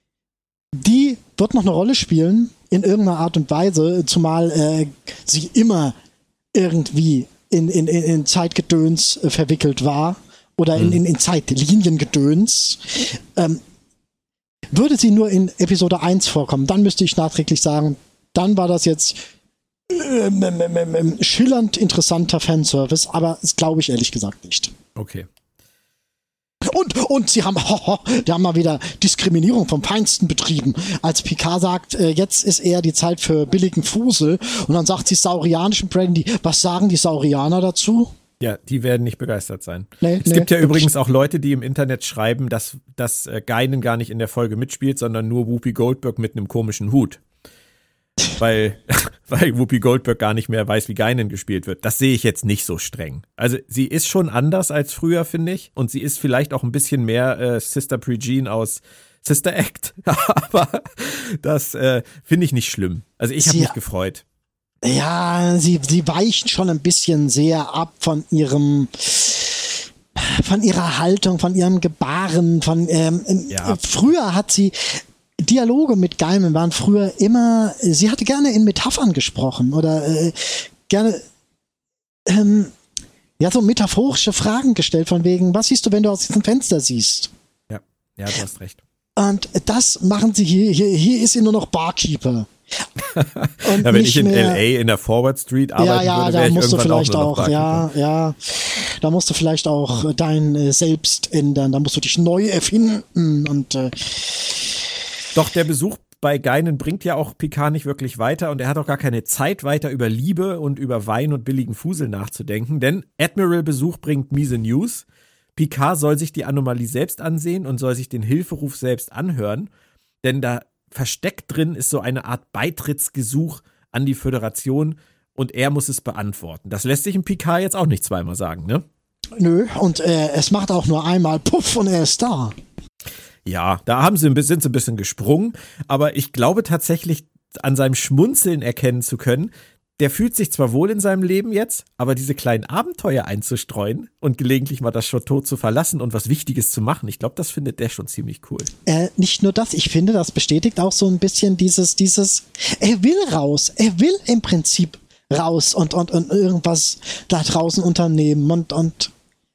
die wird noch eine Rolle spielen in irgendeiner Art und Weise, zumal äh, sie immer irgendwie in, in, in Zeitgedöns äh, verwickelt war oder in, in, in Zeitliniengedöns. Ähm, würde sie nur in Episode eins vorkommen, dann müsste ich nachträglich sagen, dann war das jetzt ähm, ähm, ähm, ähm, schillernd interessanter Fanservice, aber das glaube ich ehrlich gesagt nicht. Okay. Und, und sie haben, hoho, die haben mal wieder Diskriminierung vom Feinsten betrieben. Als Picard sagt, äh, jetzt ist eher die Zeit für billigen Fusel. Und dann sagt sie saurianischen Brandy. Was sagen die Saurianer dazu? Ja, die werden nicht begeistert sein. Nee, es nee, gibt ja wirklich. übrigens auch Leute, die im Internet schreiben, dass, dass äh, Guinan gar nicht in der Folge mitspielt, sondern nur Whoopi Goldberg mit einem komischen Hut. Weil, weil Whoopi Goldberg gar nicht mehr weiß, wie Guinan gespielt wird. Das sehe ich jetzt nicht so streng. Also sie ist schon anders als früher, finde ich. Und sie ist vielleicht auch ein bisschen mehr äh, Sister Prejean aus Sister Act. Aber das äh, finde ich nicht schlimm. Also ich habe Sie- mich gefreut. Ja, sie, sie weichen schon ein bisschen sehr ab von ihrem, von ihrer Haltung, von ihrem Gebaren, von, ähm, Ja. äh, früher hat sie, Dialoge mit Gaiman waren früher immer, sie hatte gerne in Metaphern gesprochen oder äh, gerne, ähm, ja, so metaphorische Fragen gestellt von wegen, was siehst du, wenn du aus diesem Fenster siehst? Ja, ja, du hast recht. Und das machen sie hier, hier, hier ist sie nur noch Barkeeper. Und Ja, wenn nicht ich in mehr, L A in der Forward Street arbeiten ja, ja, würde, da wäre ich musst du irgendwann vielleicht auch nur noch auch, Barkeeper. ja, ja, da musst du vielleicht auch dein äh, Selbst ändern, da musst du dich neu erfinden und äh, Doch, der Besuch bei Guinan bringt ja auch Picard nicht wirklich weiter und er hat auch gar keine Zeit, weiter über Liebe und über Wein und billigen Fusel nachzudenken, denn Admiral-Besuch bringt miese News. Picard soll sich die Anomalie selbst ansehen und soll sich den Hilferuf selbst anhören, denn da versteckt drin ist so eine Art Beitrittsgesuch an die Föderation und er muss es beantworten. Das lässt sich im Picard jetzt auch nicht zweimal sagen, ne? nö, und äh, es macht auch nur einmal Puff und er ist da. Ja, da haben sie ein bisschen, sind sie ein bisschen gesprungen, aber ich glaube tatsächlich an seinem Schmunzeln erkennen zu können, der fühlt sich zwar wohl in seinem Leben jetzt, aber diese kleinen Abenteuer einzustreuen und gelegentlich mal das Chateau zu verlassen und was Wichtiges zu machen, ich glaube, das findet der schon ziemlich cool. Äh, nicht nur das, ich finde, das bestätigt auch so ein bisschen dieses, dieses, er will raus, er will im Prinzip raus und, und, und irgendwas da draußen unternehmen und, und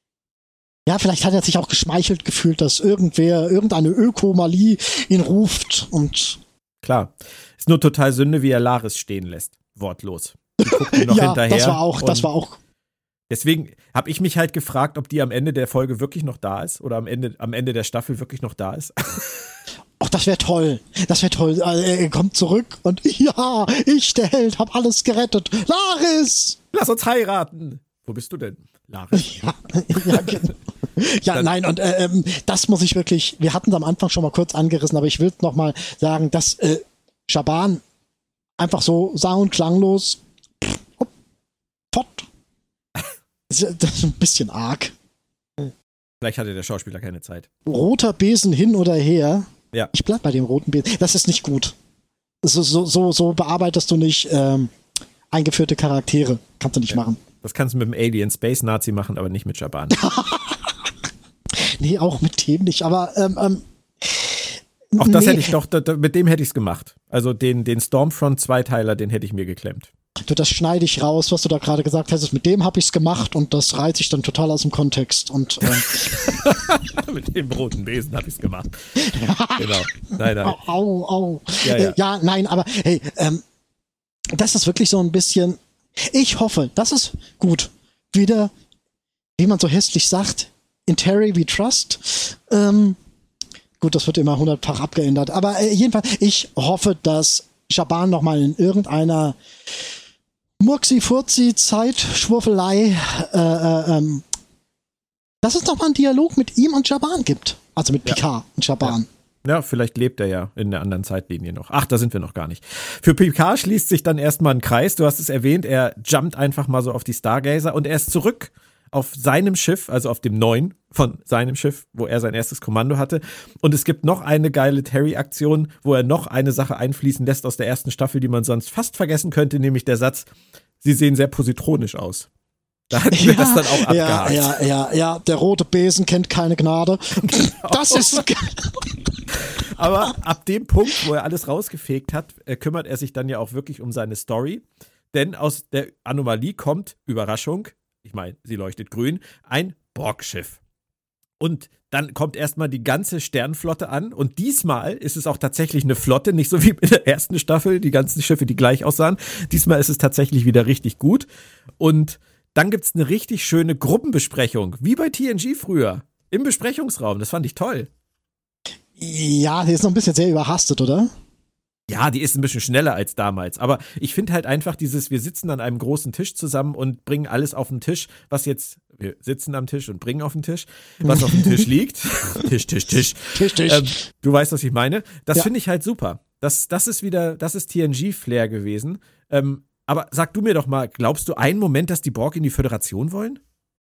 ja, vielleicht hat er sich auch geschmeichelt gefühlt, dass irgendwer, irgendeine Ökomalie ihn ruft und Klar, ist nur total Sünde, wie er Laris stehen lässt, wortlos. Die guckt ihm noch ja, hinterher. das war auch, das und war auch, Deswegen habe ich mich halt gefragt, ob die am Ende der Folge wirklich noch da ist oder am Ende, am Ende der Staffel wirklich noch da ist. ach, das wäre toll, das wäre toll, also, er kommt zurück und ja, ich, der Held, hab alles gerettet, Laris! Lass uns heiraten! Wo bist du denn, Laris? Ja, ja, genau. Ja, Dann- nein, und äh, ähm, das muss ich wirklich, wir hatten es am Anfang schon mal kurz angerissen, aber ich will noch mal sagen, dass äh, Shaban einfach so sang- und klanglos hopp, fort. Das ist das ist ein bisschen arg. Vielleicht hatte der Schauspieler keine Zeit. Roter Besen hin oder her. Ja. Ich bleib bei dem roten Besen. Das ist nicht gut. So, so, so, so bearbeitest du nicht ähm, eingeführte Charaktere. Kannst du nicht Ja. machen. Das kannst du mit dem Alien Space Nazi machen, aber nicht mit Shaban. Nee, auch mit dem nicht. Aber ähm, ähm, Auch das nee. hätte ich doch, da, da, mit dem hätte ich es gemacht. Also den, den Stormfront-Zweiteiler, den hätte ich mir geklemmt. Du, das schneide ich raus, was du da gerade gesagt hast. Mit dem habe ich es gemacht und das reißt ich dann total aus dem Kontext. Und ähm, Mit dem roten Besen habe ich es gemacht. Genau. Nein, nein. au, au, au. Ja, Äh, ja. ja, nein, aber hey, ähm, das ist wirklich so ein bisschen. Ich hoffe, das ist gut. Wieder, wie man so hässlich sagt, in Terry we trust. Ähm, gut, das wird immer hundertfach abgeändert. Aber äh, jedenfalls, ich hoffe, dass Shaban nochmal in irgendeiner Murksi-Furzi-Zeit, Schwurfelei, äh, äh, ähm, dass es nochmal einen Dialog mit ihm und Shaban gibt. Also mit Ja. Picard und Shaban. Ja, vielleicht lebt er ja in der anderen Zeitlinie noch. Ach, da sind wir noch gar nicht. Für Picard schließt sich dann erstmal ein Kreis. Du hast es erwähnt, er jumpt einfach mal so auf die Stargazer und er ist zurück auf seinem Schiff, also auf dem neuen von seinem Schiff, wo er sein erstes Kommando hatte. Und es gibt noch eine geile Terry-Aktion, wo er noch eine Sache einfließen lässt aus der ersten Staffel, die man sonst fast vergessen könnte, nämlich der Satz, sie sehen sehr positronisch aus. Da hatten wir ja, das dann auch abgehakt. Ja, ja, ja, ja, der rote Besen kennt keine Gnade. Genau. Das ist... Aber ab dem Punkt, wo er alles rausgefegt hat, äh, kümmert er sich dann ja auch wirklich um seine Story. Denn aus der Anomalie kommt, Überraschung, ich meine, sie leuchtet grün, ein Borg-Schiff. Und dann kommt erstmal die ganze Sternflotte an und diesmal ist es auch tatsächlich eine Flotte, nicht so wie in der ersten Staffel, die ganzen Schiffe, die gleich aussahen. Diesmal ist es tatsächlich wieder richtig gut. Und dann gibt es eine richtig schöne Gruppenbesprechung, wie bei T N G früher, im Besprechungsraum. Das fand ich toll. Ja, die ist noch ein bisschen sehr überhastet, oder? Ja, die ist ein bisschen schneller als damals. Aber ich finde halt einfach dieses, wir sitzen an einem großen Tisch zusammen und bringen alles auf den Tisch, was jetzt, wir sitzen am Tisch und bringen auf den Tisch, was auf dem Tisch liegt. Tisch, Tisch, Tisch. Tisch, Tisch. Ähm, du weißt, was ich meine. Das ja. finde ich halt super. Das, das ist wieder, das ist T N G-Flair gewesen. Ähm, aber sag du mir doch mal, glaubst du einen Moment, dass die Borg in die Föderation wollen?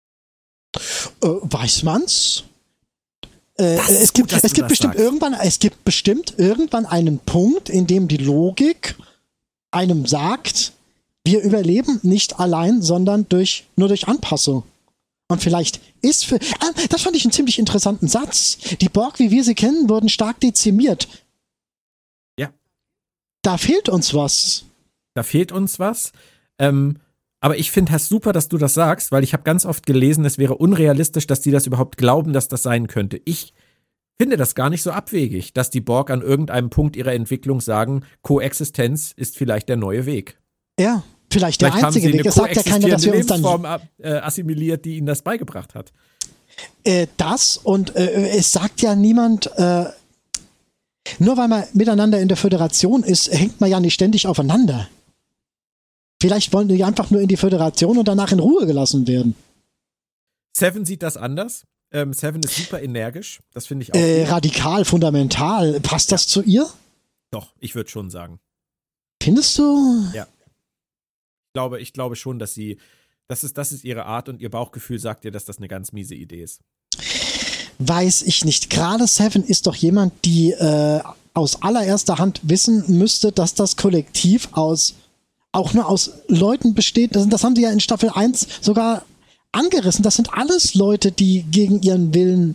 Äh, weiß man's? Äh, es gut, gibt, es gibt bestimmt sagst. irgendwann, es gibt bestimmt irgendwann einen Punkt, in dem die Logik einem sagt, wir überleben nicht allein, sondern durch, nur durch Anpassung. Und vielleicht ist für, ah, das fand ich einen ziemlich interessanten Satz. Die Borg, wie wir sie kennen, wurden stark dezimiert. Ja. Da fehlt uns was. Da fehlt uns was. Ähm, Aber ich finde es super, dass du das sagst, weil ich habe ganz oft gelesen, es wäre unrealistisch, dass die das überhaupt glauben, dass das sein könnte. Ich finde das gar nicht so abwegig, dass die Borg an irgendeinem Punkt ihrer Entwicklung sagen, Koexistenz ist vielleicht der neue Weg. Ja, vielleicht der vielleicht einzige Weg. Es sagt ja keiner, dass wir uns dann Lebensform äh, assimiliert, die ihnen das beigebracht hat. Äh, das und äh, es sagt ja niemand, äh, nur weil man miteinander in der Föderation ist, hängt man ja nicht ständig aufeinander. Vielleicht wollen die einfach nur in die Föderation und danach in Ruhe gelassen werden. Seven sieht das anders. Ähm, Seven ist super energisch. Das finde ich auch. Äh, radikal, fundamental. Passt ja. das zu ihr? Doch, ich würde schon sagen. Findest du? Ja. Ich glaube, ich glaube schon, dass sie, das ist, das ist ihre Art und ihr Bauchgefühl sagt ihr, dass das eine ganz miese Idee ist. Weiß ich nicht. Gerade Seven ist doch jemand, die äh, aus allererster Hand wissen müsste, dass das Kollektiv aus auch nur aus Leuten besteht, das, das haben sie ja in Staffel eins sogar angerissen. Das sind alles Leute, die gegen ihren Willen,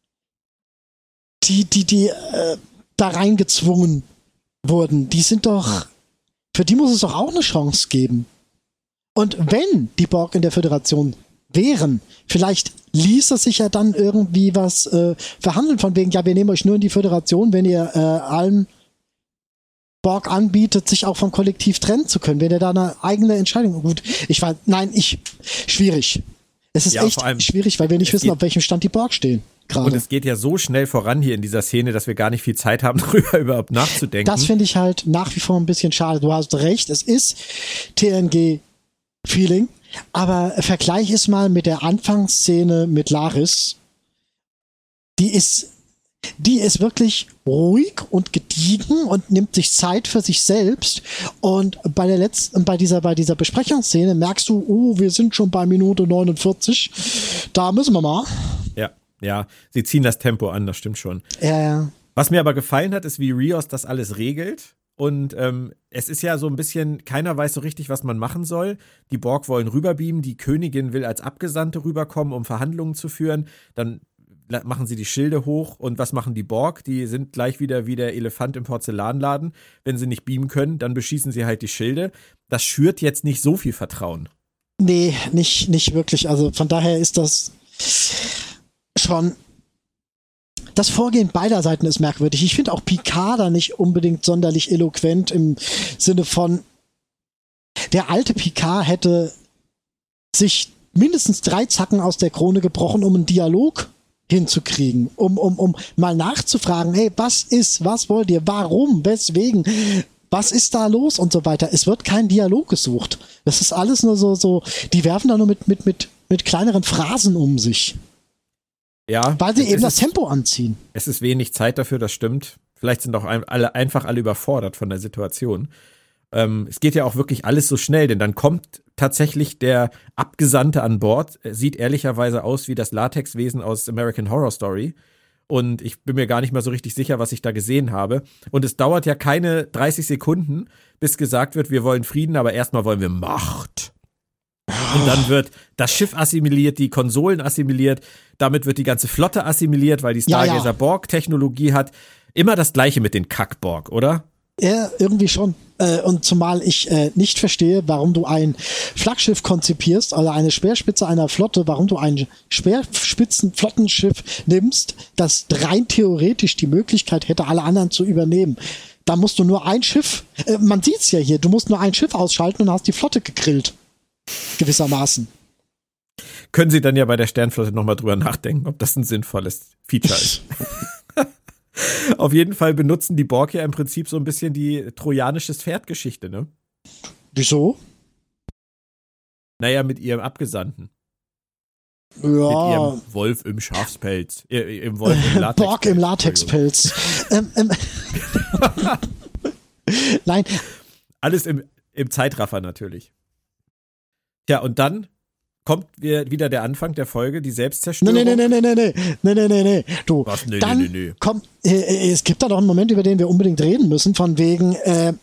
die, die, die äh, da reingezwungen wurden. Die sind doch, für die muss es doch auch eine Chance geben. Und wenn die Borg in der Föderation wären, vielleicht ließe sich ja dann irgendwie was äh, verhandeln, von wegen, ja, wir nehmen euch nur in die Föderation, wenn ihr äh, allen Borg anbietet, sich auch vom Kollektiv trennen zu können, wenn er da eine eigene Entscheidung, gut, ich war, nein, ich, schwierig. Es ist ja, echt schwierig, weil wir nicht wissen, auf welchem Stand die Borg stehen. Gerade. Und es geht ja so schnell voran hier in dieser Szene, dass wir gar nicht viel Zeit haben, darüber überhaupt nachzudenken. Das finde ich halt nach wie vor ein bisschen schade. Du hast recht, es ist T N G-Feeling, aber vergleich es mal mit der Anfangsszene mit Laris. Die ist Die ist wirklich ruhig und gediegen und nimmt sich Zeit für sich selbst. Und bei der letzten, bei dieser, bei dieser Besprechungsszene merkst du, oh, wir sind schon bei Minute neunundvierzig. Da müssen wir mal. Ja, ja, sie ziehen das Tempo an, das stimmt schon. Ja, ja. Was mir aber gefallen hat, ist, wie Rios das alles regelt. Und ähm, es ist ja so ein bisschen, keiner weiß so richtig, was man machen soll. Die Borg wollen rüberbeamen, die Königin will als Abgesandte rüberkommen, um Verhandlungen zu führen. Dann machen sie die Schilde hoch und was machen die Borg? Die sind gleich wieder wie der Elefant im Porzellanladen. Wenn sie nicht beamen können, dann beschießen sie halt die Schilde. Das schürt jetzt nicht so viel Vertrauen. Nee, nicht, nicht wirklich. Also von daher ist das schon, das Vorgehen beider Seiten ist merkwürdig. Ich finde auch Picard da nicht unbedingt sonderlich eloquent im Sinne von, der alte Picard hätte sich mindestens drei Zacken aus der Krone gebrochen, um einen Dialog hinzukriegen, um, um, um mal nachzufragen, hey, was ist, was wollt ihr, warum, weswegen, was ist da los und so weiter. Es wird kein Dialog gesucht. Das ist alles nur so, so, die werfen da nur mit, mit, mit, mit kleineren Phrasen um sich. Ja. Weil sie eben das ist, Tempo anziehen. Es ist wenig Zeit dafür, das stimmt. Vielleicht sind auch alle, einfach alle überfordert von der Situation. Ähm, es geht ja auch wirklich alles so schnell, denn dann kommt tatsächlich der Abgesandte an Bord, sieht ehrlicherweise aus wie das Latexwesen aus American Horror Story. Und ich bin mir gar nicht mehr so richtig sicher, was ich da gesehen habe. Und es dauert ja keine dreißig Sekunden, bis gesagt wird, wir wollen Frieden, aber erstmal wollen wir Macht. Und dann wird das Schiff assimiliert, die Konsolen assimiliert, damit wird die ganze Flotte assimiliert, weil die Stargazer ja, ja. Borg-Technologie hat. Immer das Gleiche mit den Kack-Borg, oder? Ja, irgendwie schon. Äh, und zumal ich äh, nicht verstehe, warum du ein Flaggschiff konzipierst, also eine Speerspitze einer Flotte, warum du ein Speerspitzenflottenschiff nimmst, das rein theoretisch die Möglichkeit hätte, alle anderen zu übernehmen. Da musst du nur ein Schiff, äh, man sieht's ja hier, du musst nur ein Schiff ausschalten und hast die Flotte gegrillt. Gewissermaßen. Können Sie dann ja bei der Sternflotte nochmal drüber nachdenken, ob das ein sinnvolles Feature ist. Auf jeden Fall benutzen die Borg ja im Prinzip so ein bisschen die trojanisches Pferd-Geschichte, ne? Wieso? Naja, mit ihrem Abgesandten. Ja. Mit ihrem Wolf im Schafspelz. Äh, Im Wolf im Latexpelz. Borg im Latexpelz. ähm, ähm. Nein. Alles im, im Zeitraffer natürlich. Tja, und dann kommt wieder der Anfang der Folge, die Selbstzerstörung. Nee, nee, nee, nee, nee, nee, nee, nee, nee, nee. Du, Was? Nee, dann nee, nee, nee. kommt, äh, es gibt da doch einen Moment, über den wir unbedingt reden müssen, von wegen, äh,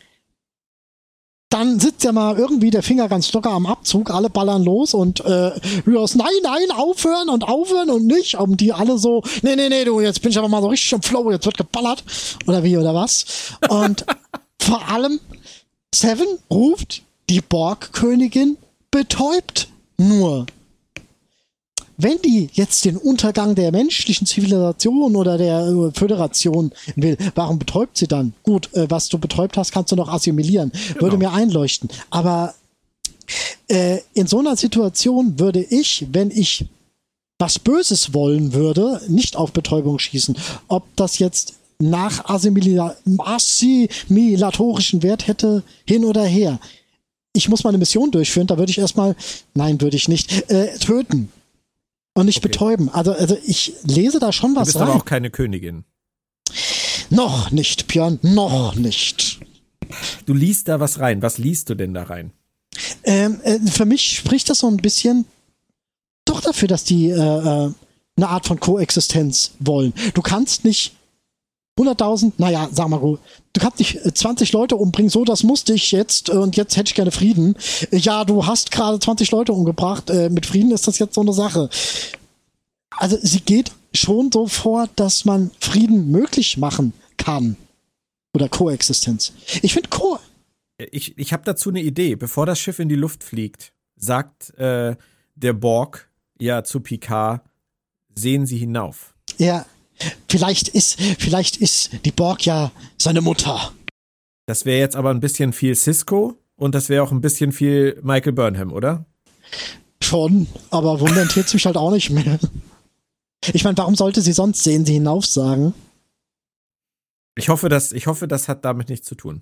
dann sitzt ja mal irgendwie der Finger ganz locker am Abzug, alle ballern los und äh, hörst, nein, nein, aufhören und aufhören und nicht, um die alle so, nee, nee, nee, du, jetzt bin ich aber mal so richtig im Flow, jetzt wird geballert, oder wie, oder was? Und vor allem, Seven ruft die Borg-Königin betäubt nur. Wenn die jetzt den Untergang der menschlichen Zivilisation oder der äh, Föderation will, warum betäubt sie dann? Gut, äh, was du betäubt hast, kannst du noch assimilieren. Genau. Würde mir einleuchten. Aber äh, in so einer Situation würde ich, wenn ich was Böses wollen würde, nicht auf Betäubung schießen. Ob das jetzt nach Assimila- assimilatorischen Wert hätte, hin oder her. Ich muss meine Mission durchführen, da würde ich erstmal, nein, würde ich nicht, äh, töten. Und nicht okay. betäuben. Also, also ich lese da schon was rein. Du bist rein. Aber auch keine Königin. Noch nicht, Björn, noch nicht. Du liest da was rein. Was liest du denn da rein? Ähm, äh, für mich spricht das so ein bisschen doch dafür, dass die äh, äh, eine Art von Koexistenz wollen. Du kannst nicht hunderttausend, naja, sag mal gut, du kannst nicht zwanzig Leute umbringen, so, das musste ich jetzt und jetzt hätte ich gerne Frieden. Ja, du hast gerade zwanzig Leute umgebracht, äh, mit Frieden ist das jetzt so eine Sache. Also sie geht schon so vor, dass man Frieden möglich machen kann. Oder Koexistenz. Ich finde Ko... Ich, ich habe dazu eine Idee. Bevor das Schiff in die Luft fliegt, sagt äh, der Borg ja zu Picard, sehen Sie hinauf. Ja. Vielleicht ist, vielleicht ist die Borg ja seine Mutter. Das wäre jetzt aber ein bisschen viel Sisko und das wäre auch ein bisschen viel Michael Burnham, oder? Schon, aber wundern tut's mich halt auch nicht mehr. Ich meine, warum sollte sie sonst sehen sie hinauf sagen? Ich hoffe, dass, ich hoffe, das hat damit nichts zu tun.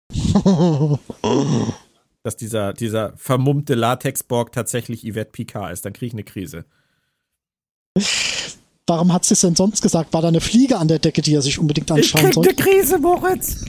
Dass dieser, dieser vermummte Latex-Borg tatsächlich Yvette Picard ist, dann kriege ich eine Krise. Warum hat sie es denn sonst gesagt? War da eine Fliege an der Decke, die er sich unbedingt anschauen sollte? Ich krieg eine Krise, Moritz!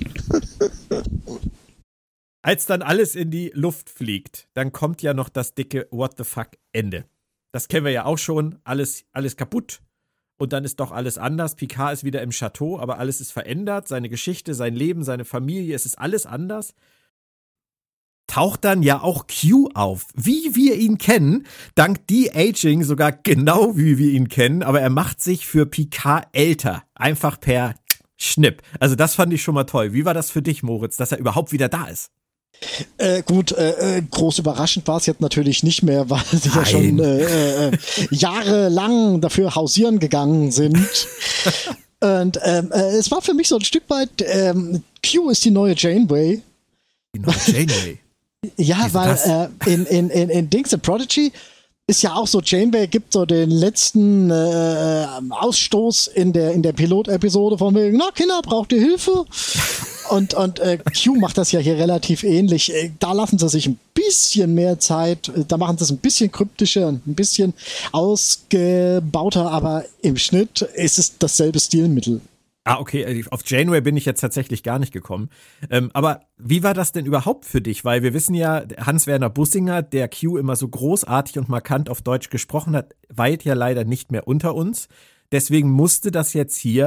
Als dann alles in die Luft fliegt, dann kommt ja noch das dicke What the fuck Ende. Das kennen wir ja auch schon. Alles, alles kaputt. Und dann ist doch alles anders. Picard ist wieder im Chateau, aber alles ist verändert. Seine Geschichte, sein Leben, seine Familie, es ist alles anders. Taucht dann ja auch Q auf, wie wir ihn kennen, dank De-Aging sogar genau wie wir ihn kennen, aber er macht sich für Picard älter, einfach per Schnipp. Also das fand ich schon mal toll. Wie war das für dich, Moritz, dass er überhaupt wieder da ist? Äh, gut, äh, groß überraschend war es jetzt natürlich nicht mehr, weil sie Nein. ja schon äh, äh, jahrelang dafür hausieren gegangen sind. Und ähm, äh, es war für mich so ein Stück weit, ähm, Q ist die neue Janeway. Die neue Janeway? Ja, weil äh, in, in, in, in Dings and Prodigy ist ja auch so, Janeway gibt so den letzten äh, Ausstoß in der, in der Pilot-Episode von wegen, na Kinder, braucht ihr Hilfe? Und, und äh, Q macht das ja hier relativ ähnlich. Da lassen sie sich ein bisschen mehr Zeit, da machen sie es ein bisschen kryptischer und ein bisschen ausgebauter, aber im Schnitt ist es dasselbe Stilmittel. Ah, okay, auf Janeway bin ich jetzt tatsächlich gar nicht gekommen. Ähm, aber wie war das denn überhaupt für dich? Weil wir wissen ja, Hans-Werner Bussinger, der Q immer so großartig und markant auf Deutsch gesprochen hat, weilt ja leider nicht mehr unter uns. Deswegen musste das jetzt hier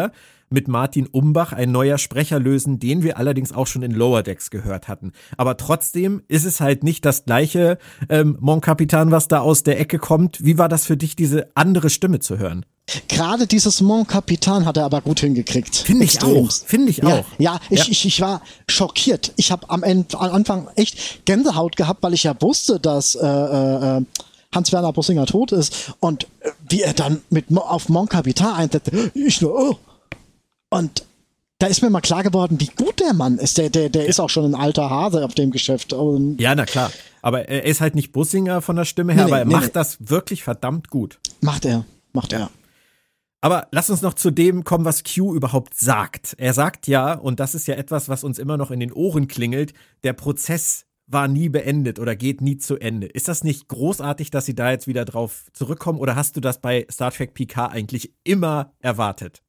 mit Martin Umbach ein neuer Sprecher lösen, den wir allerdings auch schon in Lower Decks gehört hatten. Aber trotzdem ist es halt nicht das gleiche ähm, Mon Capitan, was da aus der Ecke kommt. Wie war das für dich, diese andere Stimme zu hören? Gerade dieses Mon Capitan hat er aber gut hingekriegt. Finde ich auch. Finde ich ja, auch. Ja, ich, ja. Ich, ich war schockiert. Ich habe am Ende, am Anfang echt Gänsehaut gehabt, weil ich ja wusste, dass äh, äh, Hans-Werner Bossinger tot ist. Und äh, wie er dann mit auf Mon Capitan einsetzt, ich nur, oh. Und da ist mir mal klar geworden, wie gut der Mann ist. Der, der, der ja. ist auch schon ein alter Hase auf dem Geschäft. Und ja, na klar. Aber er ist halt nicht Bossinger von der Stimme her, nee, aber er nee, macht nee. das wirklich verdammt gut. Macht er, macht er. Aber lass uns noch zu dem kommen, was Q überhaupt sagt. Er sagt ja, und das ist ja etwas, was uns immer noch in den Ohren klingelt, der Prozess war nie beendet oder geht nie zu Ende. Ist das nicht großartig, dass sie da jetzt wieder drauf zurückkommen, oder hast du das bei Star Trek Picard eigentlich immer erwartet?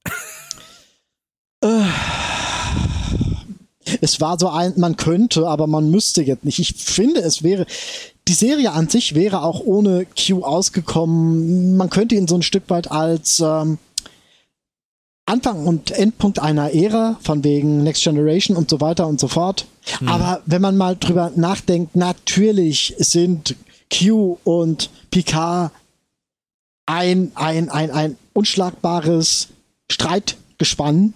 Es war so ein, man könnte, aber man müsste jetzt nicht. Ich finde, es wäre, die Serie an sich wäre auch ohne Q ausgekommen. Man könnte ihn so ein Stück weit als ähm, Anfang und Endpunkt einer Ära, von wegen Next Generation und so weiter und so fort. Hm. Aber wenn man mal drüber nachdenkt, natürlich sind Q und Picard ein, ein, ein, ein unschlagbares Streitgespann.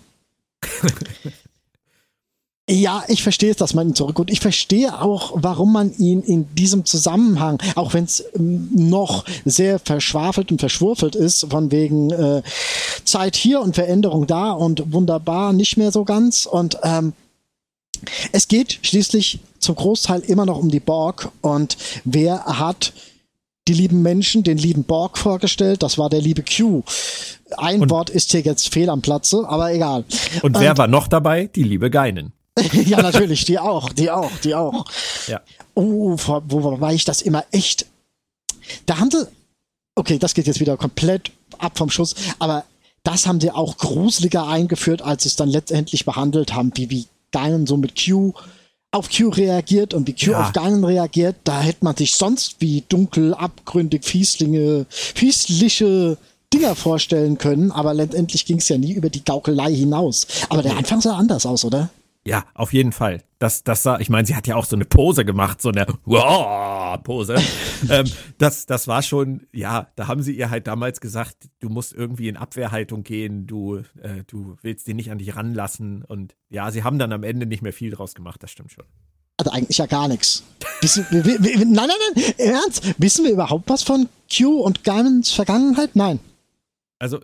Ja, ich verstehe es, dass man ihn zurückholt. Ich verstehe auch, warum man ihn in diesem Zusammenhang, auch wenn es noch sehr verschwafelt und verschwurfelt ist, von wegen äh, Zeit hier und Veränderung da und wunderbar nicht mehr so ganz. Und ähm, es geht schließlich zum Großteil immer noch um die Borg. Und wer hat die lieben Menschen, den lieben Borg vorgestellt? Das war der liebe Q. Ein und Wort ist hier jetzt fehl am Platze, aber egal. Und wer und, war noch dabei? Die liebe Geinen. Ja, natürlich, die auch, die auch, die auch. Ja. Oh, wo war ich das immer echt? Da haben sie, okay, das geht jetzt wieder komplett ab vom Schuss, aber das haben sie auch gruseliger eingeführt, als sie es dann letztendlich behandelt haben, wie, wie Geinen so mit Q auf Q reagiert und wie Q ja. auf Geinen reagiert. Da hätte man sich sonst wie dunkel, abgründig, fieslinge, fiesliche Dinger vorstellen können, aber letztendlich ging es ja nie über die Gaukelei hinaus. Aber der Anfang sah anders aus, oder? Ja, auf jeden Fall. Das, das sah, ich meine, sie hat ja auch so eine Pose gemacht, so eine Pose. ähm, das, das war schon, ja, da haben sie ihr halt damals gesagt, du musst irgendwie in Abwehrhaltung gehen, du, äh, du willst den nicht an dich ranlassen. Und ja, sie haben dann am Ende nicht mehr viel draus gemacht, das stimmt schon. Also eigentlich ja gar nichts. Wissen, wir, wir, wir, nein, nein, nein, ernst? Wissen wir überhaupt was von Q und Guinans Vergangenheit? Nein. Also,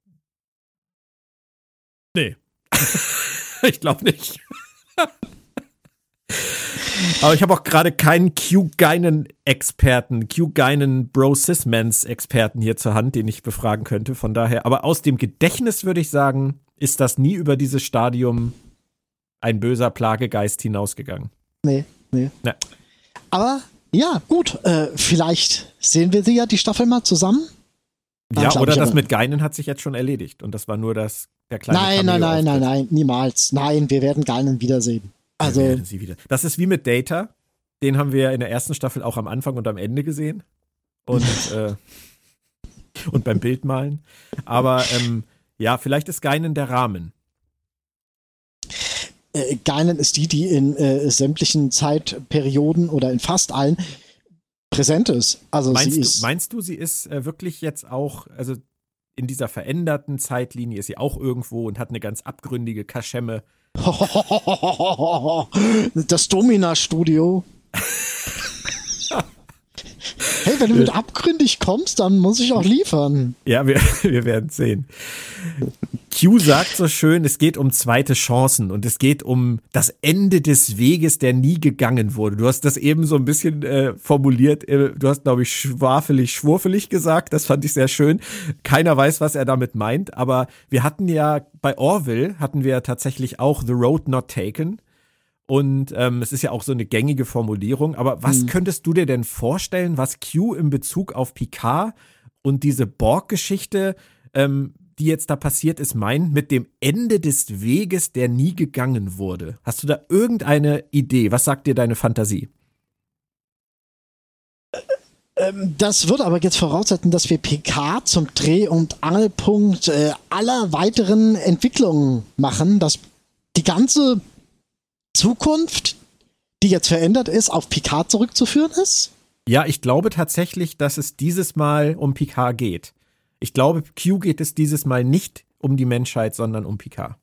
nee. Ich glaube nicht. Aber ich habe auch gerade keinen Q-Guinan-Experten, Q-Guinan-Bro-Cis-Mans-Experten hier zur Hand, den ich befragen könnte. Von daher, aber aus dem Gedächtnis würde ich sagen, ist das nie über dieses Stadium ein böser Plagegeist hinausgegangen. Nee, nee. Na. Aber ja, gut, äh, vielleicht sehen wir sie ja die Staffel mal zusammen. Ja, Nein, oder das aber. mit Geinen hat sich jetzt schon erledigt. Und das war nur das, der kleine Nein, nein, nein, nein, nein, niemals. Nein, wir werden Geinen wiedersehen. Also, wir werden sie wieder. Das ist wie mit Data. Den haben wir in der ersten Staffel auch am Anfang und am Ende gesehen. Und, äh, und beim Bildmalen. Aber ähm, ja, vielleicht ist Geinen der Rahmen. Äh, Geinen ist die, die in äh, sämtlichen Zeitperioden oder in fast allen präsent ist. Also meinst, sie du, ist meinst du, sie ist äh, wirklich jetzt auch, also in dieser veränderten Zeitlinie ist sie auch irgendwo und hat eine ganz abgründige Kaschemme? Das Domina-Studio. Hey, wenn du mit abgründig kommst, dann muss ich auch liefern. Ja, wir, wir werden sehen. Q sagt so schön, es geht um zweite Chancen und es geht um das Ende des Weges, der nie gegangen wurde. Du hast das eben so ein bisschen äh, formuliert. Du hast, glaube ich, schwafelig, schwurfelig gesagt. Das fand ich sehr schön. Keiner weiß, was er damit meint. Aber wir hatten ja bei Orville hatten wir tatsächlich auch The Road Not Taken. Und ähm, es ist ja auch so eine gängige Formulierung. Aber was hm. könntest du dir denn vorstellen, was Q in Bezug auf Picard und diese Borg-Geschichte, ähm, die jetzt da passiert ist, meint mit dem Ende des Weges, der nie gegangen wurde? Hast du da irgendeine Idee? Was sagt dir deine Fantasie? Ähm, das würde aber jetzt voraussetzen, dass wir Picard zum Dreh- und Angelpunkt äh, aller weiteren Entwicklungen machen, dass die ganze Zukunft, die jetzt verändert ist, auf Picard zurückzuführen ist? Ja, ich glaube tatsächlich, dass es dieses Mal um Picard geht. Ich glaube, Q geht es dieses Mal nicht um die Menschheit, sondern um Picard.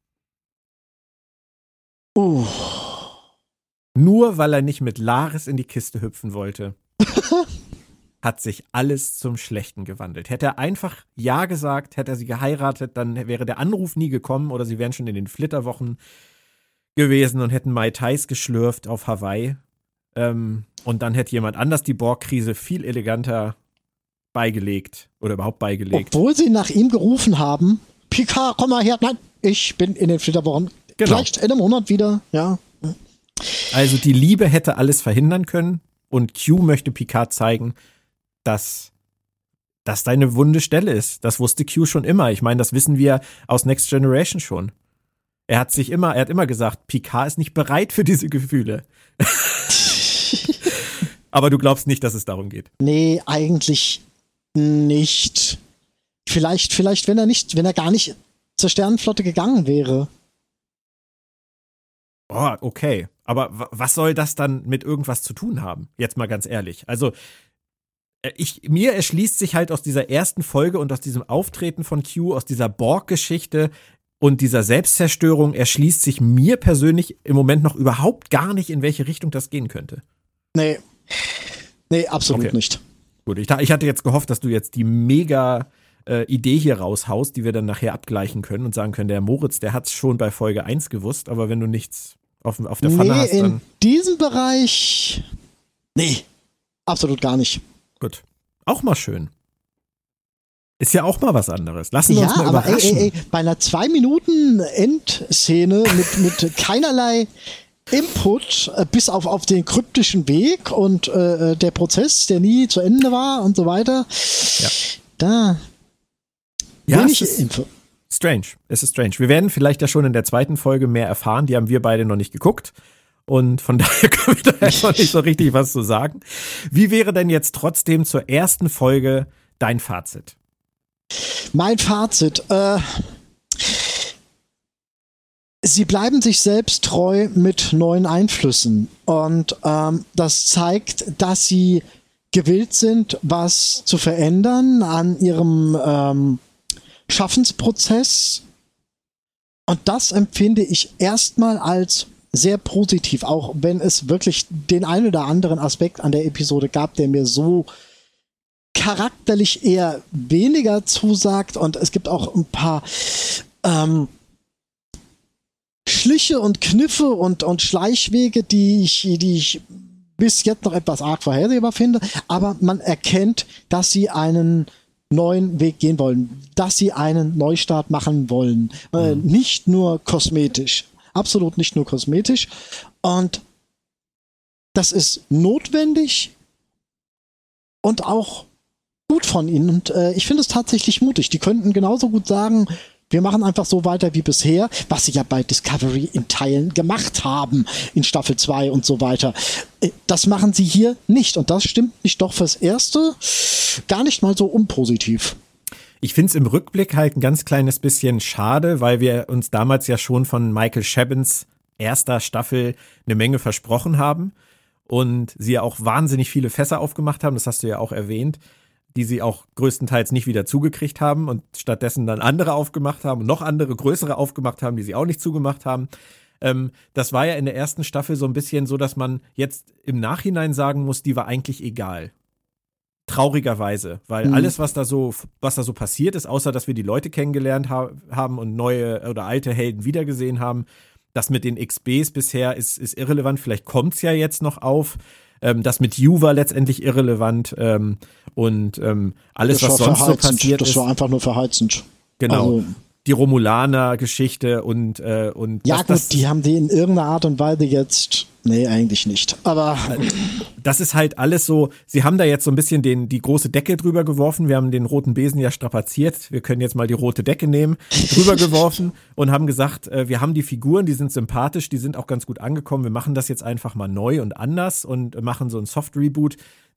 Uh. Nur weil er nicht mit Laris in die Kiste hüpfen wollte, hat sich alles zum Schlechten gewandelt. Hätte er einfach Ja gesagt, hätte er sie geheiratet, dann wäre der Anruf nie gekommen oder sie wären schon in den Flitterwochen gewesen und hätten Mai Tais geschlürft auf Hawaii. Ähm, und dann hätte jemand anders die Borg-Krise viel eleganter beigelegt oder überhaupt beigelegt. Obwohl sie nach ihm gerufen haben, Picard, komm mal her. Nein, ich bin in den Flitterwochen. Genau. Vielleicht in einem Monat wieder, ja. Also die Liebe hätte alles verhindern können und Q möchte Picard zeigen, dass das deine wunde Stelle ist. Das wusste Q schon immer. Ich meine, das wissen wir aus Next Generation schon. Er hat sich immer, er hat immer gesagt, Picard ist nicht bereit für diese Gefühle. Aber du glaubst nicht, dass es darum geht. Nee, eigentlich nicht. Vielleicht, vielleicht, wenn er nicht, wenn er gar nicht zur Sternenflotte gegangen wäre. Oh, okay. Aber w- was soll das dann mit irgendwas zu tun haben? Jetzt mal ganz ehrlich. Also, ich, mir erschließt sich halt aus dieser ersten Folge und aus diesem Auftreten von Q, aus dieser Borg-Geschichte und dieser Selbstzerstörung, erschließt sich mir persönlich im Moment noch überhaupt gar nicht, in welche Richtung das gehen könnte. Nee. Nee, absolut Okay. nicht. Gut, ich, ich hatte jetzt gehofft, dass du jetzt die mega äh, Idee hier raushaust, die wir dann nachher abgleichen können und sagen können, der Moritz, der hat es schon bei Folge eins gewusst, aber wenn du nichts auf, auf der Pfanne Nee, hast, in dann diesem Bereich, nee, absolut gar nicht. gut. Auch mal schön. Ist ja auch mal was anderes. Lassen wir Ja, uns mal aber ey, überraschen. ey, ey, bei einer zwei Minuten Endszene mit, mit keinerlei Input, äh, bis auf, auf den kryptischen Weg und äh, der Prozess, der nie zu Ende war und so weiter. Ja. Da Ja, wenig es ist Info. strange. Es ist strange. Wir werden vielleicht ja schon in der zweiten Folge mehr erfahren. Die haben wir beide noch nicht geguckt. Und von daher können wir da jetzt noch nicht so richtig was zu sagen. Wie wäre denn jetzt trotzdem zur ersten Folge dein Fazit? Mein Fazit, äh, sie bleiben sich selbst treu mit neuen Einflüssen und ähm, das zeigt, dass sie gewillt sind, was zu verändern an ihrem ähm, Schaffensprozess und das empfinde ich erstmal als sehr positiv, auch wenn es wirklich den einen oder anderen Aspekt an der Episode gab, der mir so charakterlich eher weniger zusagt und es gibt auch ein paar ähm, Schliche und Kniffe und, und Schleichwege, die ich, die ich bis jetzt noch etwas arg vorhersehbar finde, aber man erkennt, dass sie einen neuen Weg gehen wollen, dass sie einen Neustart machen wollen. Mhm. Äh, nicht nur kosmetisch. Absolut nicht nur kosmetisch. Und das ist notwendig und auch gut von ihnen. Und äh, ich finde es tatsächlich mutig. Die könnten genauso gut sagen, wir machen einfach so weiter wie bisher, was sie ja bei Discovery in Teilen gemacht haben, in Staffel zwei und so weiter. Äh, das machen sie hier nicht. Und das stimmt mich doch fürs Erste gar nicht mal so unpositiv. Ich finde es im Rückblick halt ein ganz kleines bisschen schade, weil wir uns damals ja schon von Michael Chabons erster Staffel eine Menge versprochen haben und sie ja auch wahnsinnig viele Fässer aufgemacht haben, das hast du ja auch erwähnt, die sie auch größtenteils nicht wieder zugekriegt haben und stattdessen dann andere aufgemacht haben und noch andere größere aufgemacht haben, die sie auch nicht zugemacht haben. Ähm, das war ja in der ersten Staffel so ein bisschen so, dass man jetzt im Nachhinein sagen muss, die war eigentlich egal. Traurigerweise, weil mhm. alles, was da so, was da so passiert ist, außer dass wir die Leute kennengelernt ha- haben und neue oder alte Helden wiedergesehen haben, das mit den X Bs bisher ist, ist irrelevant. Vielleicht kommt es ja jetzt noch auf. Ähm, das mit You war letztendlich irrelevant. Ähm, und ähm, alles, das was sonst so passiert das ist. Das war einfach nur verheizend. Genau. Also, die Romulaner-Geschichte und, äh, und ja, das, gut, das, die haben die in irgendeiner Art und Weise jetzt. Nee, eigentlich nicht. Aber das ist halt alles so, sie haben da jetzt so ein bisschen den, die große Decke drüber geworfen. Wir haben den roten Besen ja strapaziert. Wir können jetzt mal die rote Decke nehmen, drüber geworfen und haben gesagt, äh, wir haben die Figuren, die sind sympathisch, die sind auch ganz gut angekommen. Wir machen das jetzt einfach mal neu und anders und machen so ein Soft-Reboot.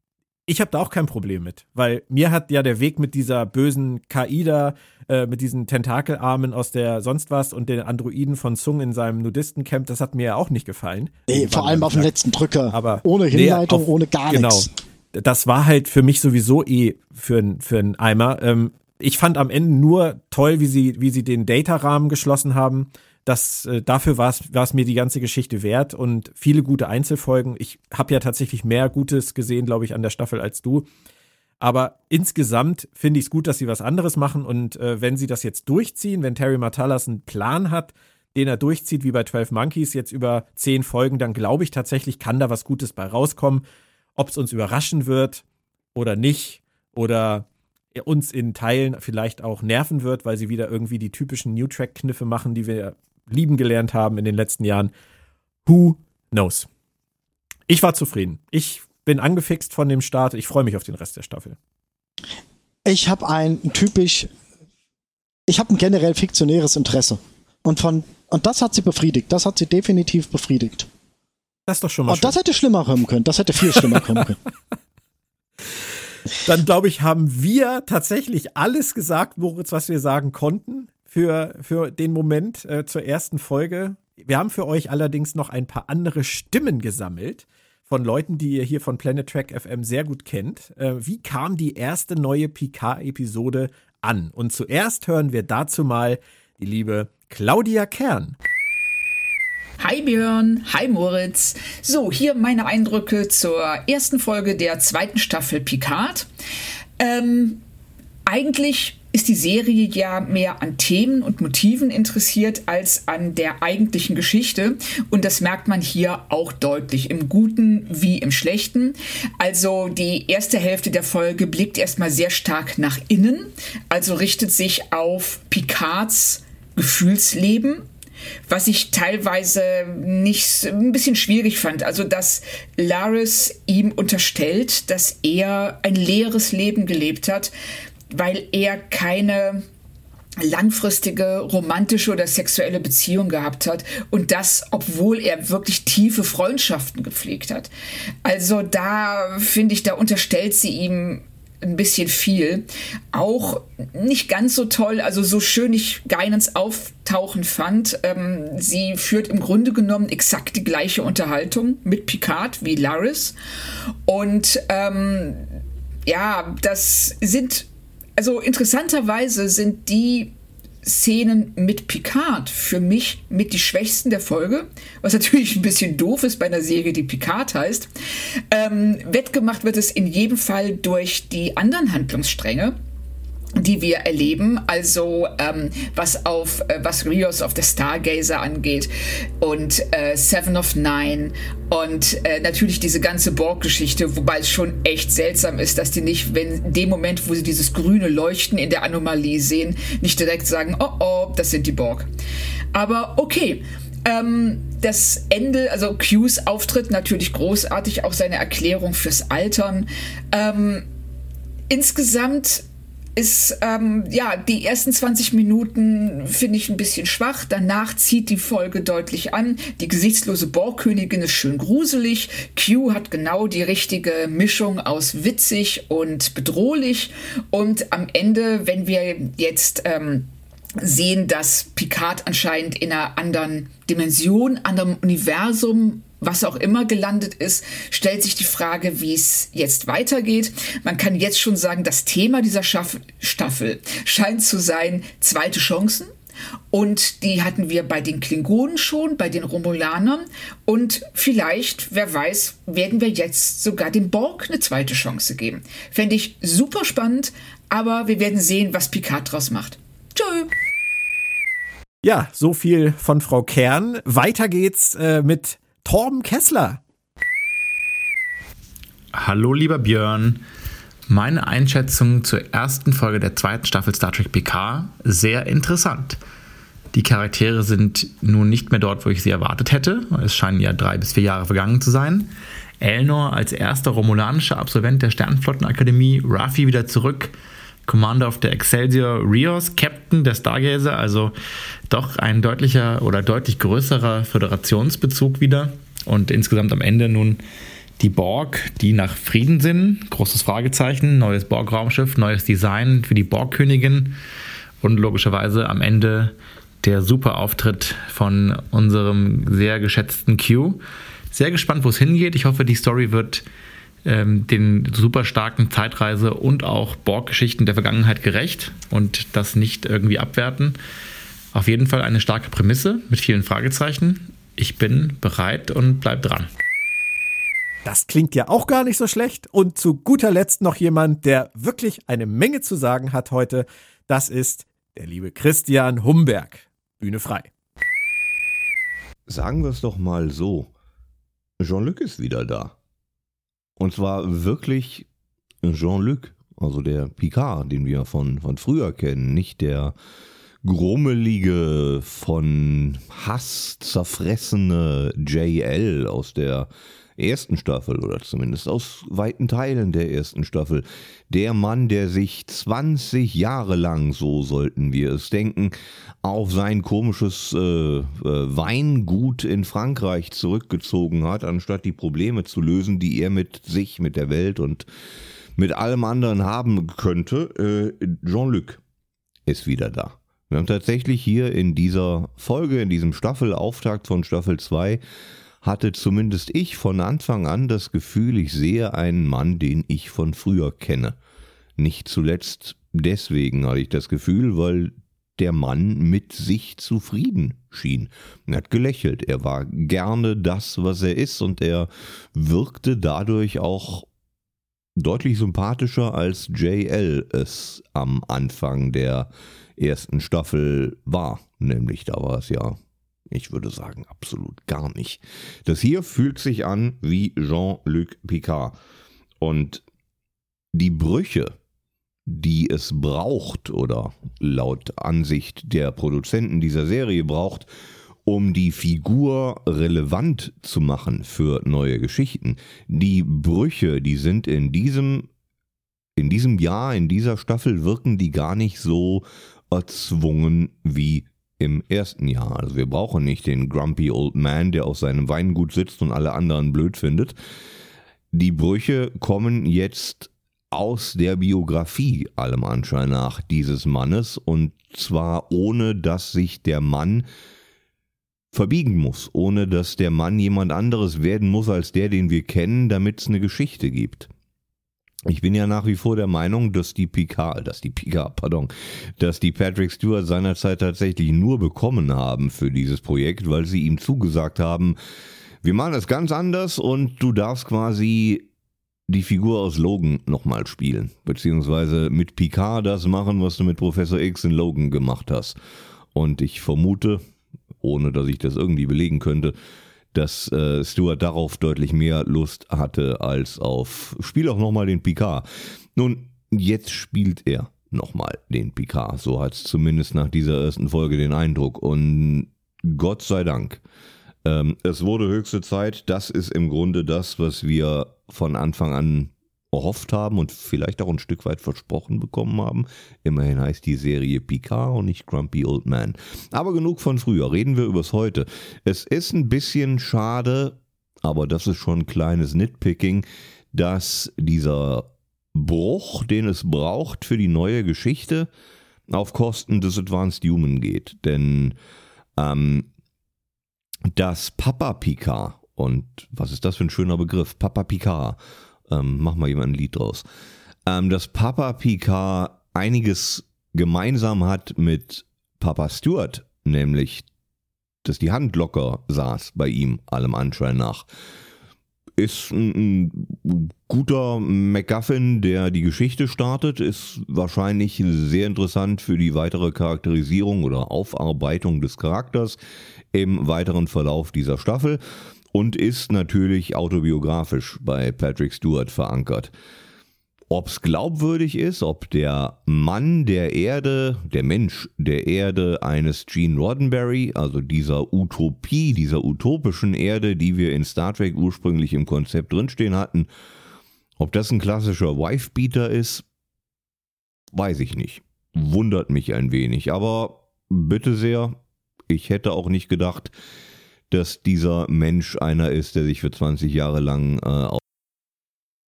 Ich habe da auch kein Problem mit, weil mir hat ja der Weg mit dieser bösen K I da, äh, mit diesen Tentakelarmen aus der sonst was und den Androiden von Sung in seinem Nudistencamp, das hat mir ja auch nicht gefallen. Nee, vor allem auf den letzten Drücker, aber ohne Hinleitung, nee, auf, ohne gar genau, nichts. Das war halt für mich sowieso eh für einen für einen Eimer. Ähm, ich fand am Ende nur toll, wie sie, wie sie den Data-Rahmen geschlossen haben. Das, äh, dafür war es mir die ganze Geschichte wert und viele gute Einzelfolgen. Ich habe ja tatsächlich mehr Gutes gesehen, glaube ich, an der Staffel als du. Aber insgesamt finde ich es gut, dass sie was anderes machen und äh, wenn sie das jetzt durchziehen, wenn Terry Matalas einen Plan hat, den er durchzieht, wie bei zwölf Monkeys, jetzt über zehn Folgen, dann glaube ich tatsächlich, kann da was Gutes bei rauskommen. Ob es uns überraschen wird oder nicht oder uns in Teilen vielleicht auch nerven wird, weil sie wieder irgendwie die typischen New-Track-Kniffe machen, die wir lieben gelernt haben in den letzten Jahren. Who knows? Ich war zufrieden. Ich bin angefixt von dem Start. Ich freue mich auf den Rest der Staffel. Ich habe ein typisch, ich habe ein generell fiktionäres Interesse. Und von und das hat sie befriedigt. Das hat sie definitiv befriedigt. Das ist doch schon mal Und schön. das hätte schlimmer kommen können. Das hätte viel schlimmer kommen können. Dann, glaube ich, haben wir tatsächlich alles gesagt, Moritz, was wir sagen konnten für, für den Moment äh, zur ersten Folge. Wir haben für euch allerdings noch ein paar andere Stimmen gesammelt von Leuten, die ihr hier von Planet Trek F M sehr gut kennt. Äh, wie kam die erste neue Picard-Episode an? Und zuerst hören wir dazu mal die liebe Claudia Kern. Hi Björn, hi Moritz. So, hier meine Eindrücke zur ersten Folge der zweiten Staffel Picard. Ähm, eigentlich ist die Serie ja mehr an Themen und Motiven interessiert als an der eigentlichen Geschichte. Und das merkt man hier auch deutlich, im Guten wie im Schlechten. Also die erste Hälfte der Folge blickt erstmal sehr stark nach innen, also richtet sich auf Picards Gefühlsleben, was ich teilweise nicht ein bisschen schwierig fand. Also, dass Laris ihm unterstellt, dass er ein leeres Leben gelebt hat, weil er keine langfristige romantische oder sexuelle Beziehung gehabt hat und das, obwohl er wirklich tiefe Freundschaften gepflegt hat. Also da finde ich, da unterstellt sie ihm ein bisschen viel. Auch nicht ganz so toll, also so schön ich Guinans Auftauchen fand. Ähm, sie führt im Grunde genommen exakt die gleiche Unterhaltung mit Picard wie Laris. Und ähm, ja, das sind, also interessanterweise sind die Szenen mit Picard für mich mit die schwächsten der Folge, was natürlich ein bisschen doof ist bei einer Serie, die Picard heißt. Ähm, wettgemacht wird es in jedem Fall durch die anderen Handlungsstränge, die wir erleben, also ähm, was auf äh, was Rios of the Stargazer angeht und äh, Seven of Nine und äh, natürlich diese ganze Borg-Geschichte, wobei es schon echt seltsam ist, dass die nicht, wenn in dem Moment, wo sie dieses grüne Leuchten in der Anomalie sehen, nicht direkt sagen, oh oh, das sind die Borg. Aber okay. Ähm, das Ende, also Qs Auftritt natürlich großartig, auch seine Erklärung fürs Altern. Ähm, insgesamt ist, ähm, ja, die ersten zwanzig Minuten finde ich ein bisschen schwach. Danach zieht die Folge deutlich an. Die gesichtslose Borgkönigin ist schön gruselig. Q hat genau die richtige Mischung aus witzig und bedrohlich. Und am Ende, wenn wir jetzt ähm, sehen, dass Picard anscheinend in einer anderen Dimension, anderem Universum, was auch immer gelandet ist, stellt sich die Frage, wie es jetzt weitergeht. Man kann jetzt schon sagen, das Thema dieser Schaff- Staffel scheint zu sein, zweite Chancen. Und die hatten wir bei den Klingonen schon, bei den Romulanern. Und vielleicht, wer weiß, werden wir jetzt sogar dem Borg eine zweite Chance geben. Fände ich super spannend, aber wir werden sehen, was Picard draus macht. Tschö. Ja, so viel von Frau Kern. Weiter geht's äh, mit Torben Kessler. Hallo lieber Björn. Meine Einschätzung zur ersten Folge der zweiten Staffel Star Trek Picard, sehr interessant. Die Charaktere sind nun nicht mehr dort, wo ich sie erwartet hätte. Es scheinen ja drei bis vier Jahre vergangen zu sein. Elnor als erster romulanischer Absolvent der Sternenflottenakademie, Raffi wieder zurück, Commander of the Excelsior, Rios, Captain der Stargazer, also doch ein deutlicher oder deutlich größerer Föderationsbezug wieder und insgesamt am Ende nun Die Borg, die nach Frieden sind, großes Fragezeichen, neues Borg-Raumschiff, neues Design für die Borg-Königin und logischerweise am Ende der super Auftritt von unserem sehr geschätzten Q. Sehr gespannt, wo es hingeht. Ich hoffe, die Story wird ähm, den super starken Zeitreise- und auch Borg-Geschichten der Vergangenheit gerecht und das nicht irgendwie abwerten. Auf jeden Fall eine starke Prämisse mit vielen Fragezeichen. Ich bin bereit und bleib dran. Das klingt ja auch gar nicht so schlecht. Und zu guter Letzt noch jemand, der wirklich eine Menge zu sagen hat heute. Das ist der liebe Christian Humberg. Bühne frei. Sagen wir es doch mal so. Jean-Luc ist wieder da. Und zwar wirklich Jean-Luc, also der Picard, den wir von, von früher kennen. Nicht der grummelige, von Hass zerfressene J L aus der ersten Staffel oder zumindest aus weiten Teilen der ersten Staffel. Der Mann, der sich zwanzig Jahre lang, so sollten wir es denken, auf sein komisches äh, äh, Weingut in Frankreich zurückgezogen hat, anstatt die Probleme zu lösen, die er mit sich, mit der Welt und mit allem anderen haben könnte. Äh, Jean-Luc ist wieder da. Wir haben tatsächlich hier in dieser Folge, in diesem Staffelauftakt von Staffel zwei, hatte zumindest ich von Anfang an das Gefühl, ich sehe einen Mann, den ich von früher kenne. Nicht zuletzt deswegen hatte ich das Gefühl, weil der Mann mit sich zufrieden schien. Er hat gelächelt, er war gerne das, was er ist und er wirkte dadurch auch deutlich sympathischer als J L es am Anfang der ersten Staffel war. Nämlich da war es ja, ich würde sagen, absolut gar nicht. Das hier fühlt sich an wie Jean-Luc Picard. Und die Brüche, die es braucht oder laut Ansicht der Produzenten dieser Serie braucht, um die Figur relevant zu machen für neue Geschichten. Die Brüche, die sind in diesem, in diesem Jahr, in dieser Staffel wirken die gar nicht so erzwungen wie im ersten Jahr. Also wir brauchen nicht den Grumpy Old Man, der auf seinem Weingut sitzt und alle anderen blöd findet. Die Brüche kommen jetzt aus der Biografie, allem Anschein nach, dieses Mannes, und zwar ohne, dass sich der Mann verbiegen muss, ohne dass der Mann jemand anderes werden muss als der, den wir kennen, damit es eine Geschichte gibt. Ich bin ja nach wie vor der Meinung, dass die Picard, dass die Picard, pardon, dass die Patrick Stewart seinerzeit tatsächlich nur bekommen haben für dieses Projekt, weil sie ihm zugesagt haben, wir machen das ganz anders und du darfst quasi die Figur aus Logan nochmal spielen, beziehungsweise mit Picard das machen, was du mit Professor X in Logan gemacht hast. Und ich vermute, ohne dass ich das irgendwie belegen könnte, dass äh, Stewart darauf deutlich mehr Lust hatte als auf spiel auch nochmal den Picard. Nun, jetzt spielt er nochmal den Picard. So hat es zumindest nach dieser ersten Folge den Eindruck. Und Gott sei Dank. Ähm, es wurde höchste Zeit. Das ist im Grunde das, was wir von Anfang an erhofft haben und vielleicht auch ein Stück weit versprochen bekommen haben. Immerhin heißt die Serie Picard und nicht Grumpy Old Man. Aber genug von früher, reden wir übers Heute. Es ist ein bisschen schade, aber das ist schon ein kleines Nitpicking, dass dieser Bruch, den es braucht für die neue Geschichte, auf Kosten des Advanced Human geht. Denn ähm, das Papa Picard, und was ist das für ein schöner Begriff, Papa Picard, Ähm, mach mal jemand ein Lied draus. Ähm, dass Papa Picard einiges gemeinsam hat mit Papa Stewart, nämlich, dass die Hand locker saß bei ihm, allem Anschein nach. Ist ein, ein guter MacGuffin, der die Geschichte startet, ist wahrscheinlich sehr interessant für die weitere Charakterisierung oder Aufarbeitung des Charakters im weiteren Verlauf dieser Staffel. Und ist natürlich autobiografisch bei Patrick Stewart verankert. Ob es glaubwürdig ist, ob der Mann der Erde, der Mensch der Erde eines Gene Roddenberry, also dieser Utopie, dieser utopischen Erde, die wir in Star Trek ursprünglich im Konzept drinstehen hatten, ob das ein klassischer Wife-Beater ist, weiß ich nicht. Wundert mich ein wenig, aber bitte sehr, ich hätte auch nicht gedacht, dass dieser Mensch einer ist, der sich für zwanzig Jahre lang äh,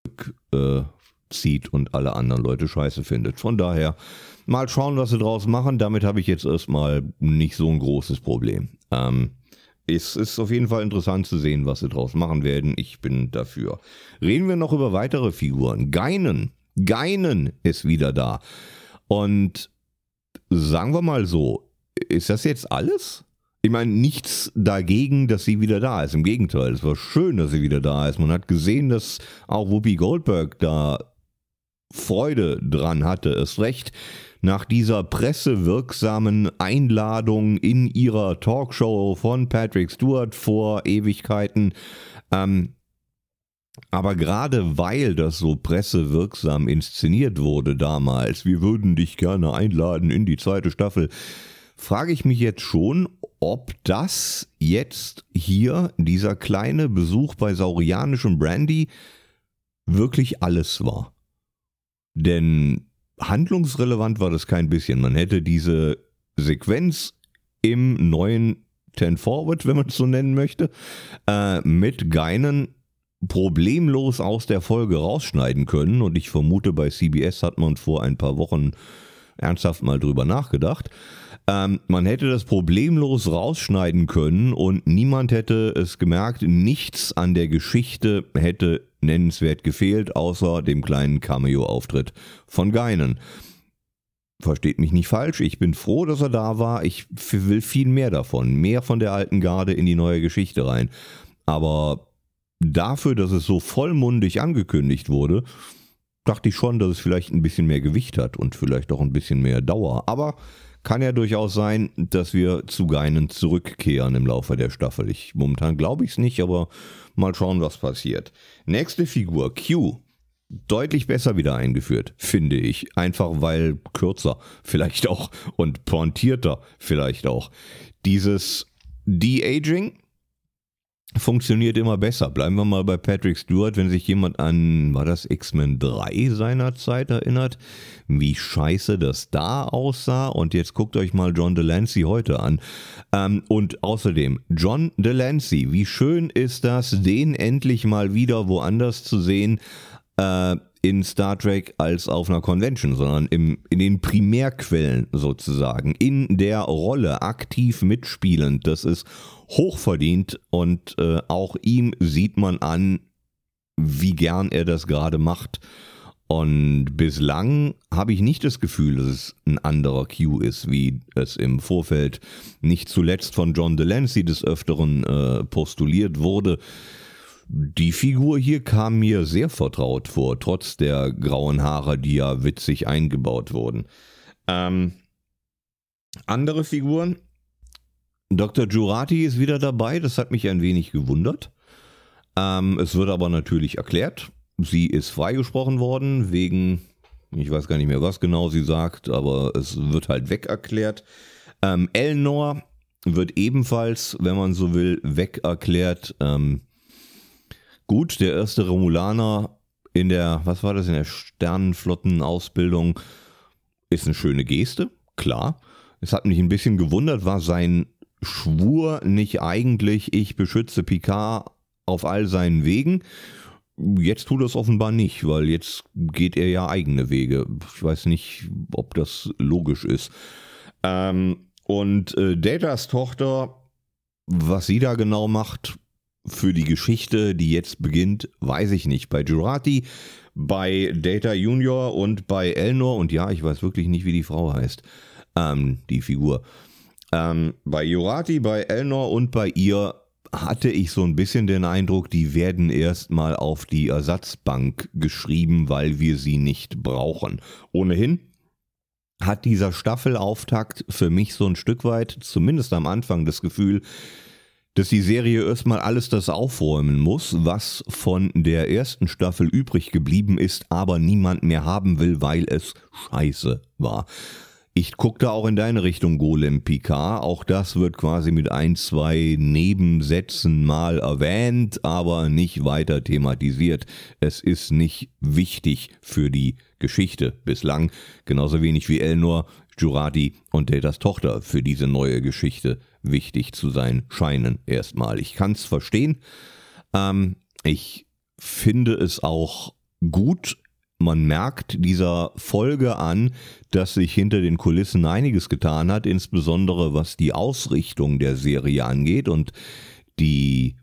äh, zieht und alle anderen Leute scheiße findet. Von daher mal schauen, was sie draus machen. Damit habe ich jetzt erstmal nicht so ein großes Problem. Ähm, es ist auf jeden Fall interessant zu sehen, was sie draus machen werden. Ich bin dafür. Reden wir noch über weitere Figuren. Guinan. Guinan ist wieder da. Und sagen wir mal so, ist das jetzt alles? Ich meine, nichts dagegen, dass sie wieder da ist. Im Gegenteil, es war schön, dass sie wieder da ist. Man hat gesehen, dass auch Whoopi Goldberg da Freude dran hatte. Erst recht nach dieser pressewirksamen Einladung in ihrer Talkshow von Patrick Stewart vor Ewigkeiten. Ähm, aber gerade weil das so pressewirksam inszeniert wurde damals, wir würden dich gerne einladen in die zweite Staffel, frage ich mich jetzt schon, ob das jetzt hier, dieser kleine Besuch bei saurianischem Brandy, wirklich alles war. Denn handlungsrelevant war das kein bisschen. Man hätte diese Sequenz im neuen Ten Forward, wenn man es so nennen möchte, äh, mit Guinan problemlos aus der Folge rausschneiden können. Und ich vermute, bei C B S hat man vor ein paar Wochen ernsthaft mal drüber nachgedacht. Ähm, man hätte das problemlos rausschneiden können und niemand hätte es gemerkt. Nichts an der Geschichte hätte nennenswert gefehlt, außer dem kleinen Cameo-Auftritt von Guinan. Versteht mich nicht falsch, ich bin froh, dass er da war. Ich will viel mehr davon, mehr von der alten Garde in die neue Geschichte rein. Aber dafür, dass es so vollmundig angekündigt wurde, dachte ich schon, dass es vielleicht ein bisschen mehr Gewicht hat und vielleicht auch ein bisschen mehr Dauer. Aber kann ja durchaus sein, dass wir zu Guinan zurückkehren im Laufe der Staffel. Ich, momentan glaube ich es nicht, aber mal schauen, was passiert. Nächste Figur, Q. Deutlich besser wieder eingeführt, finde ich. Einfach weil kürzer vielleicht auch und pointierter vielleicht auch. Dieses De-Aging funktioniert immer besser. Bleiben wir mal bei Patrick Stewart, wenn sich jemand an, war das X-Men drei seinerzeit erinnert, wie scheiße das da aussah. Und jetzt guckt euch mal John Delancey heute an. Ähm, und außerdem, John Delancey, wie schön ist das, den endlich mal wieder woanders zu sehen, äh, in Star Trek als auf einer Convention, sondern im, in den Primärquellen sozusagen, in der Rolle aktiv mitspielend. Das ist hochverdient und äh, auch ihm sieht man an, wie gern er das gerade macht. Und bislang habe ich nicht das Gefühl, dass es ein anderer Q ist, wie es im Vorfeld nicht zuletzt von John Delancey des Öfteren äh, postuliert wurde. Die Figur hier kam mir sehr vertraut vor, trotz der grauen Haare, die ja witzig eingebaut wurden. Ähm, andere Figuren. Doktor Jurati ist wieder dabei, das hat mich ein wenig gewundert. Ähm, es wird aber natürlich erklärt. Sie ist freigesprochen worden wegen, ich weiß gar nicht mehr, was genau sie sagt, aber es wird halt weg erklärt. Ähm, Elnor wird ebenfalls, wenn man so will, weg erklärt. Ähm, gut, der erste Romulaner in der, was war das, in der Sternenflottenausbildung ist eine schöne Geste, klar. Es hat mich ein bisschen gewundert, war sein Schwur nicht eigentlich, ich beschütze Picard auf all seinen Wegen. Jetzt tut er es offenbar nicht, weil jetzt geht er ja eigene Wege. Ich weiß nicht, ob das logisch ist. Ähm, und äh, Datas Tochter, was sie da genau macht für die Geschichte, die jetzt beginnt, weiß ich nicht. Bei Jurati, bei Data Junior und bei Elnor, und ja, ich weiß wirklich nicht, wie die Frau heißt, ähm, die Figur. Ähm, bei Jurati, bei Elnor und bei ihr hatte ich so ein bisschen den Eindruck, die werden erstmal auf die Ersatzbank geschrieben, weil wir sie nicht brauchen. Ohnehin hat dieser Staffelauftakt für mich so ein Stück weit, zumindest am Anfang, das Gefühl, dass die Serie erstmal alles das aufräumen muss, was von der ersten Staffel übrig geblieben ist, aber niemand mehr haben will, weil es scheiße war. Ich gucke da auch in deine Richtung, Golem Picard. Auch das wird quasi mit ein, zwei Nebensätzen mal erwähnt, aber nicht weiter thematisiert. Es ist nicht wichtig für die Geschichte bislang. Genauso wenig wie Elnor, Jurati und Datas Tochter für diese neue Geschichte wichtig zu sein scheinen erstmal. Ich kann es verstehen. Ähm, ich finde es auch gut. Man merkt dieser Folge an, dass sich hinter den Kulissen einiges getan hat, insbesondere was die Ausrichtung der Serie angeht und die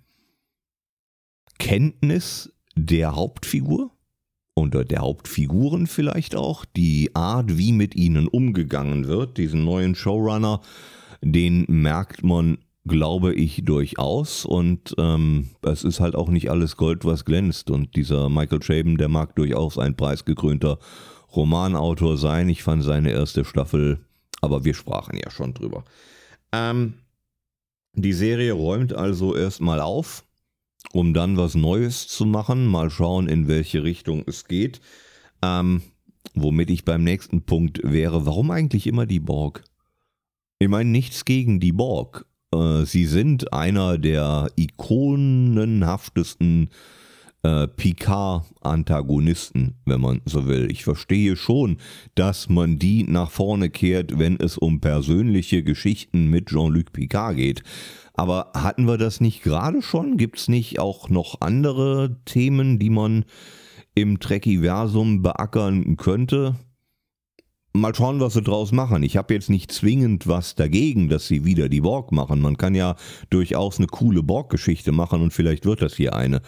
Kenntnis der Hauptfigur und der Hauptfiguren vielleicht auch, die Art, wie mit ihnen umgegangen wird, diesen neuen Showrunner, den merkt man, glaube ich, durchaus, und ähm, es ist halt auch nicht alles Gold, was glänzt, und dieser Michael Chabon, der mag durchaus ein preisgekrönter Romanautor sein. Ich fand seine erste Staffel, aber wir sprachen ja schon drüber. Ähm, die Serie räumt also erstmal auf, um dann was Neues zu machen. Mal schauen, in welche Richtung es geht. Ähm, womit ich beim nächsten Punkt wäre, warum eigentlich immer die Borg? Ich meine, nichts gegen die Borg. Äh, sie sind einer der ikonenhaftesten äh, Picard-Antagonisten, wenn man so will. Ich verstehe schon, dass man die nach vorne kehrt, wenn es um persönliche Geschichten mit Jean-Luc Picard geht. Aber hatten wir das nicht gerade schon? Gibt es nicht auch noch andere Themen, die man im Trekiversum beackern könnte? Mal schauen, was sie draus machen. Ich habe jetzt nicht zwingend was dagegen, dass sie wieder die Borg machen. Man kann ja durchaus eine coole Borg-Geschichte machen und vielleicht wird das hier eine.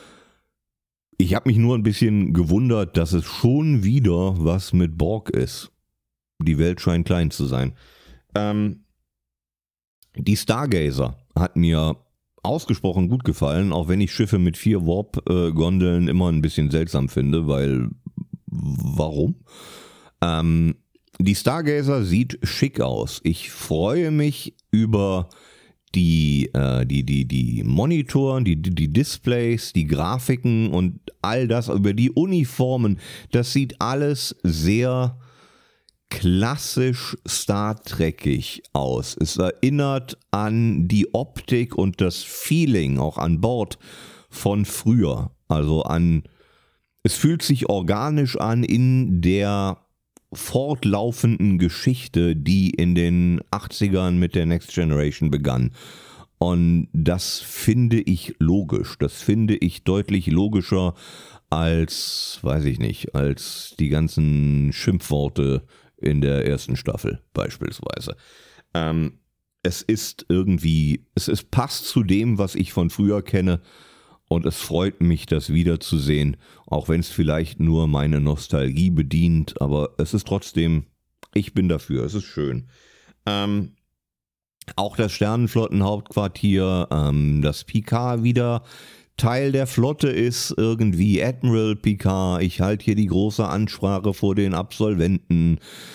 Ich habe mich nur ein bisschen gewundert, dass es schon wieder was mit Borg ist. Die Welt scheint klein zu sein. Ähm, die Stargazer hat mir ausgesprochen gut gefallen, auch wenn ich Schiffe mit vier Warp-Gondeln immer ein bisschen seltsam finde, weil warum? Ähm, die Stargazer sieht schick aus. Ich freue mich über die, äh, die, die, die Monitoren, die, die Displays, die Grafiken und all das, über die Uniformen. Das sieht alles sehr klassisch Star Trekig aus. Es erinnert an die Optik und das Feeling auch an Bord von früher. Also an, es fühlt sich organisch an in der fortlaufenden Geschichte, die in den achtzigern mit der Next Generation begann. Und das finde ich logisch. Das finde ich deutlich logischer als, weiß ich nicht, als die ganzen Schimpfworte in der ersten Staffel beispielsweise. Ähm, es ist irgendwie, es ist, passt zu dem, was ich von früher kenne. Und es freut mich, das wiederzusehen, auch wenn es vielleicht nur meine Nostalgie bedient, aber es ist trotzdem, ich bin dafür, es ist schön. Ähm, auch das Sternenflottenhauptquartier, ähm, das Picard wieder Teil der Flotte ist, irgendwie Admiral Picard, ich halte hier die große Ansprache vor den Absolventen.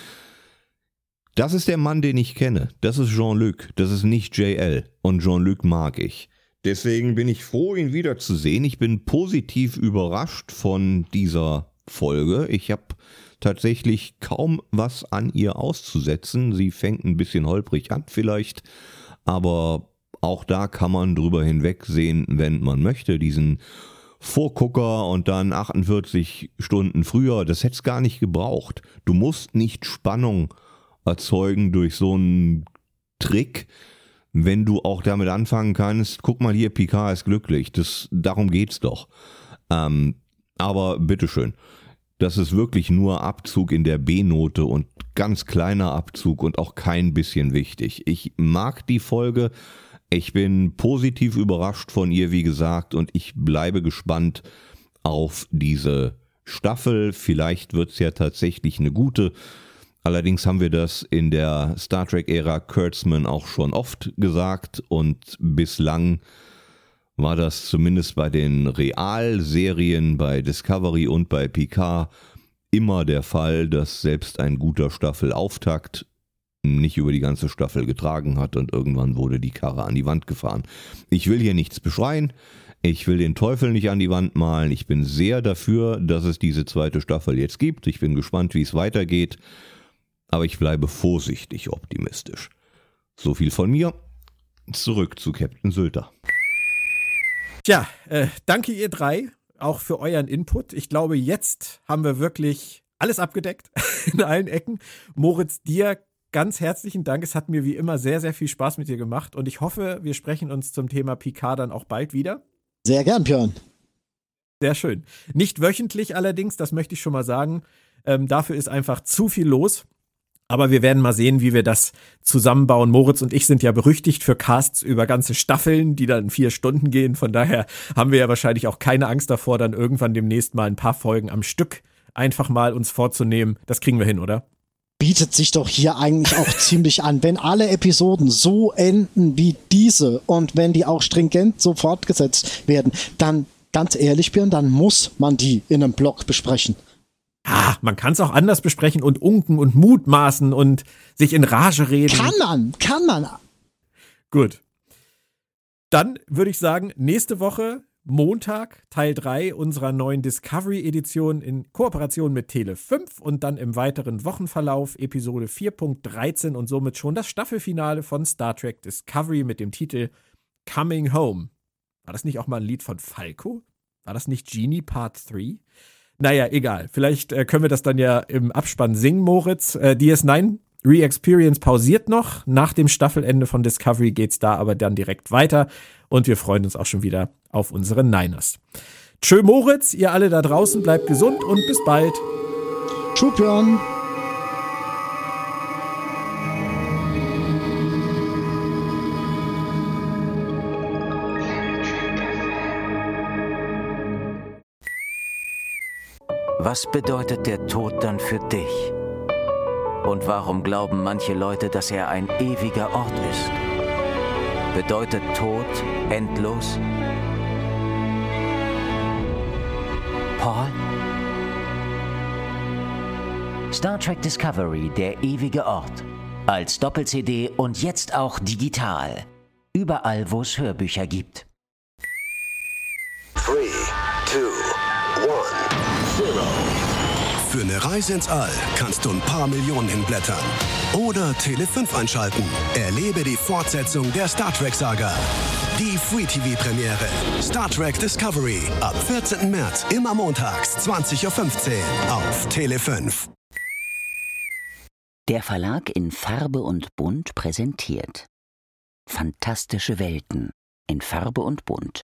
Das ist der Mann, den ich kenne, das ist Jean-Luc, das ist nicht J L, und Jean-Luc mag ich. Deswegen bin ich froh, ihn wiederzusehen. Ich bin positiv überrascht von dieser Folge. Ich habe tatsächlich kaum was an ihr auszusetzen. Sie fängt ein bisschen holprig an vielleicht, aber auch da kann man drüber hinwegsehen, wenn man möchte. Diesen Vorgucker und dann achtundvierzig Stunden früher, das hätte es gar nicht gebraucht. Du musst nicht Spannung erzeugen durch so einen Trick, wenn du auch damit anfangen kannst, guck mal hier, Picard ist glücklich, das, darum geht's doch. Ähm, aber bitteschön, das ist wirklich nur Abzug in der B-Note und ganz kleiner Abzug und auch kein bisschen wichtig. Ich mag die Folge, ich bin positiv überrascht von ihr, wie gesagt, und ich bleibe gespannt auf diese Staffel. Vielleicht wird's ja tatsächlich eine gute. Allerdings haben wir das in der Star Trek-Ära Kurtzman auch schon oft gesagt und bislang war das zumindest bei den Realserien, bei Discovery und bei Picard immer der Fall, dass selbst ein guter Staffelauftakt nicht über die ganze Staffel getragen hat und irgendwann wurde die Karre an die Wand gefahren. Ich will hier nichts beschreien, ich will den Teufel nicht an die Wand malen, ich bin sehr dafür, dass es diese zweite Staffel jetzt gibt. Ich bin gespannt, wie es weitergeht. Aber ich bleibe vorsichtig optimistisch. So viel von mir. Zurück zu Captain Sylter. Tja, äh, danke ihr drei, auch für euren Input. Ich glaube, jetzt haben wir wirklich alles abgedeckt in allen Ecken. Moritz, dir ganz herzlichen Dank. Es hat mir wie immer sehr, sehr viel Spaß mit dir gemacht. Und ich hoffe, wir sprechen uns zum Thema Picard dann auch bald wieder. Sehr gern, Björn. Sehr schön. Nicht wöchentlich allerdings, das möchte ich schon mal sagen. Ähm, dafür ist einfach zu viel los. Aber wir werden mal sehen, wie wir das zusammenbauen. Moritz und ich sind ja berüchtigt für Casts über ganze Staffeln, die dann vier Stunden gehen. Von daher haben wir ja wahrscheinlich auch keine Angst davor, dann irgendwann demnächst mal ein paar Folgen am Stück einfach mal uns vorzunehmen. Das kriegen wir hin, oder? Bietet sich doch hier eigentlich auch ziemlich an. Wenn alle Episoden so enden wie diese und wenn die auch stringent so fortgesetzt werden, dann, ganz ehrlich, Björn, dann muss man die in einem Blog besprechen. Ah, man kann es auch anders besprechen und unken und mutmaßen und sich in Rage reden. Kann man, kann man. Gut. Dann würde ich sagen, nächste Woche, Montag, Teil drei unserer neuen Discovery-Edition in Kooperation mit Tele fünf und dann im weiteren Wochenverlauf Episode vier Punkt dreizehn und somit schon das Staffelfinale von Star Trek Discovery mit dem Titel Coming Home. War das nicht auch mal ein Lied von Falco? War das nicht Genie Part drei? Naja, egal. Vielleicht äh, können wir das dann ja im Abspann singen, Moritz. Äh, D S neun Re-Experience pausiert noch. Nach dem Staffelende von Discovery geht's da aber dann direkt weiter. Und wir freuen uns auch schon wieder auf unsere Niners. Tschö Moritz, ihr alle da draußen, bleibt gesund und bis bald. Tschö Björn. Was bedeutet der Tod dann für dich? Und warum glauben manche Leute, dass er ein ewiger Ort ist? Bedeutet Tod endlos? Paul? Star Trek Discovery, der ewige Ort. Als Doppel-C D und jetzt auch digital. Überall, wo es Hörbücher gibt. Three, two, one, zero. Für eine Reise ins All kannst du ein paar Millionen hinblättern. Oder Tele fünf einschalten. Erlebe die Fortsetzung der Star Trek-Saga. Die Free-T V-Premiere. Star Trek Discovery. Ab vierzehnten März, immer montags, zwanzig Uhr fünfzehn auf Tele fünf. Der Verlag in Farbe und Bunt präsentiert Fantastische Welten in Farbe und Bunt.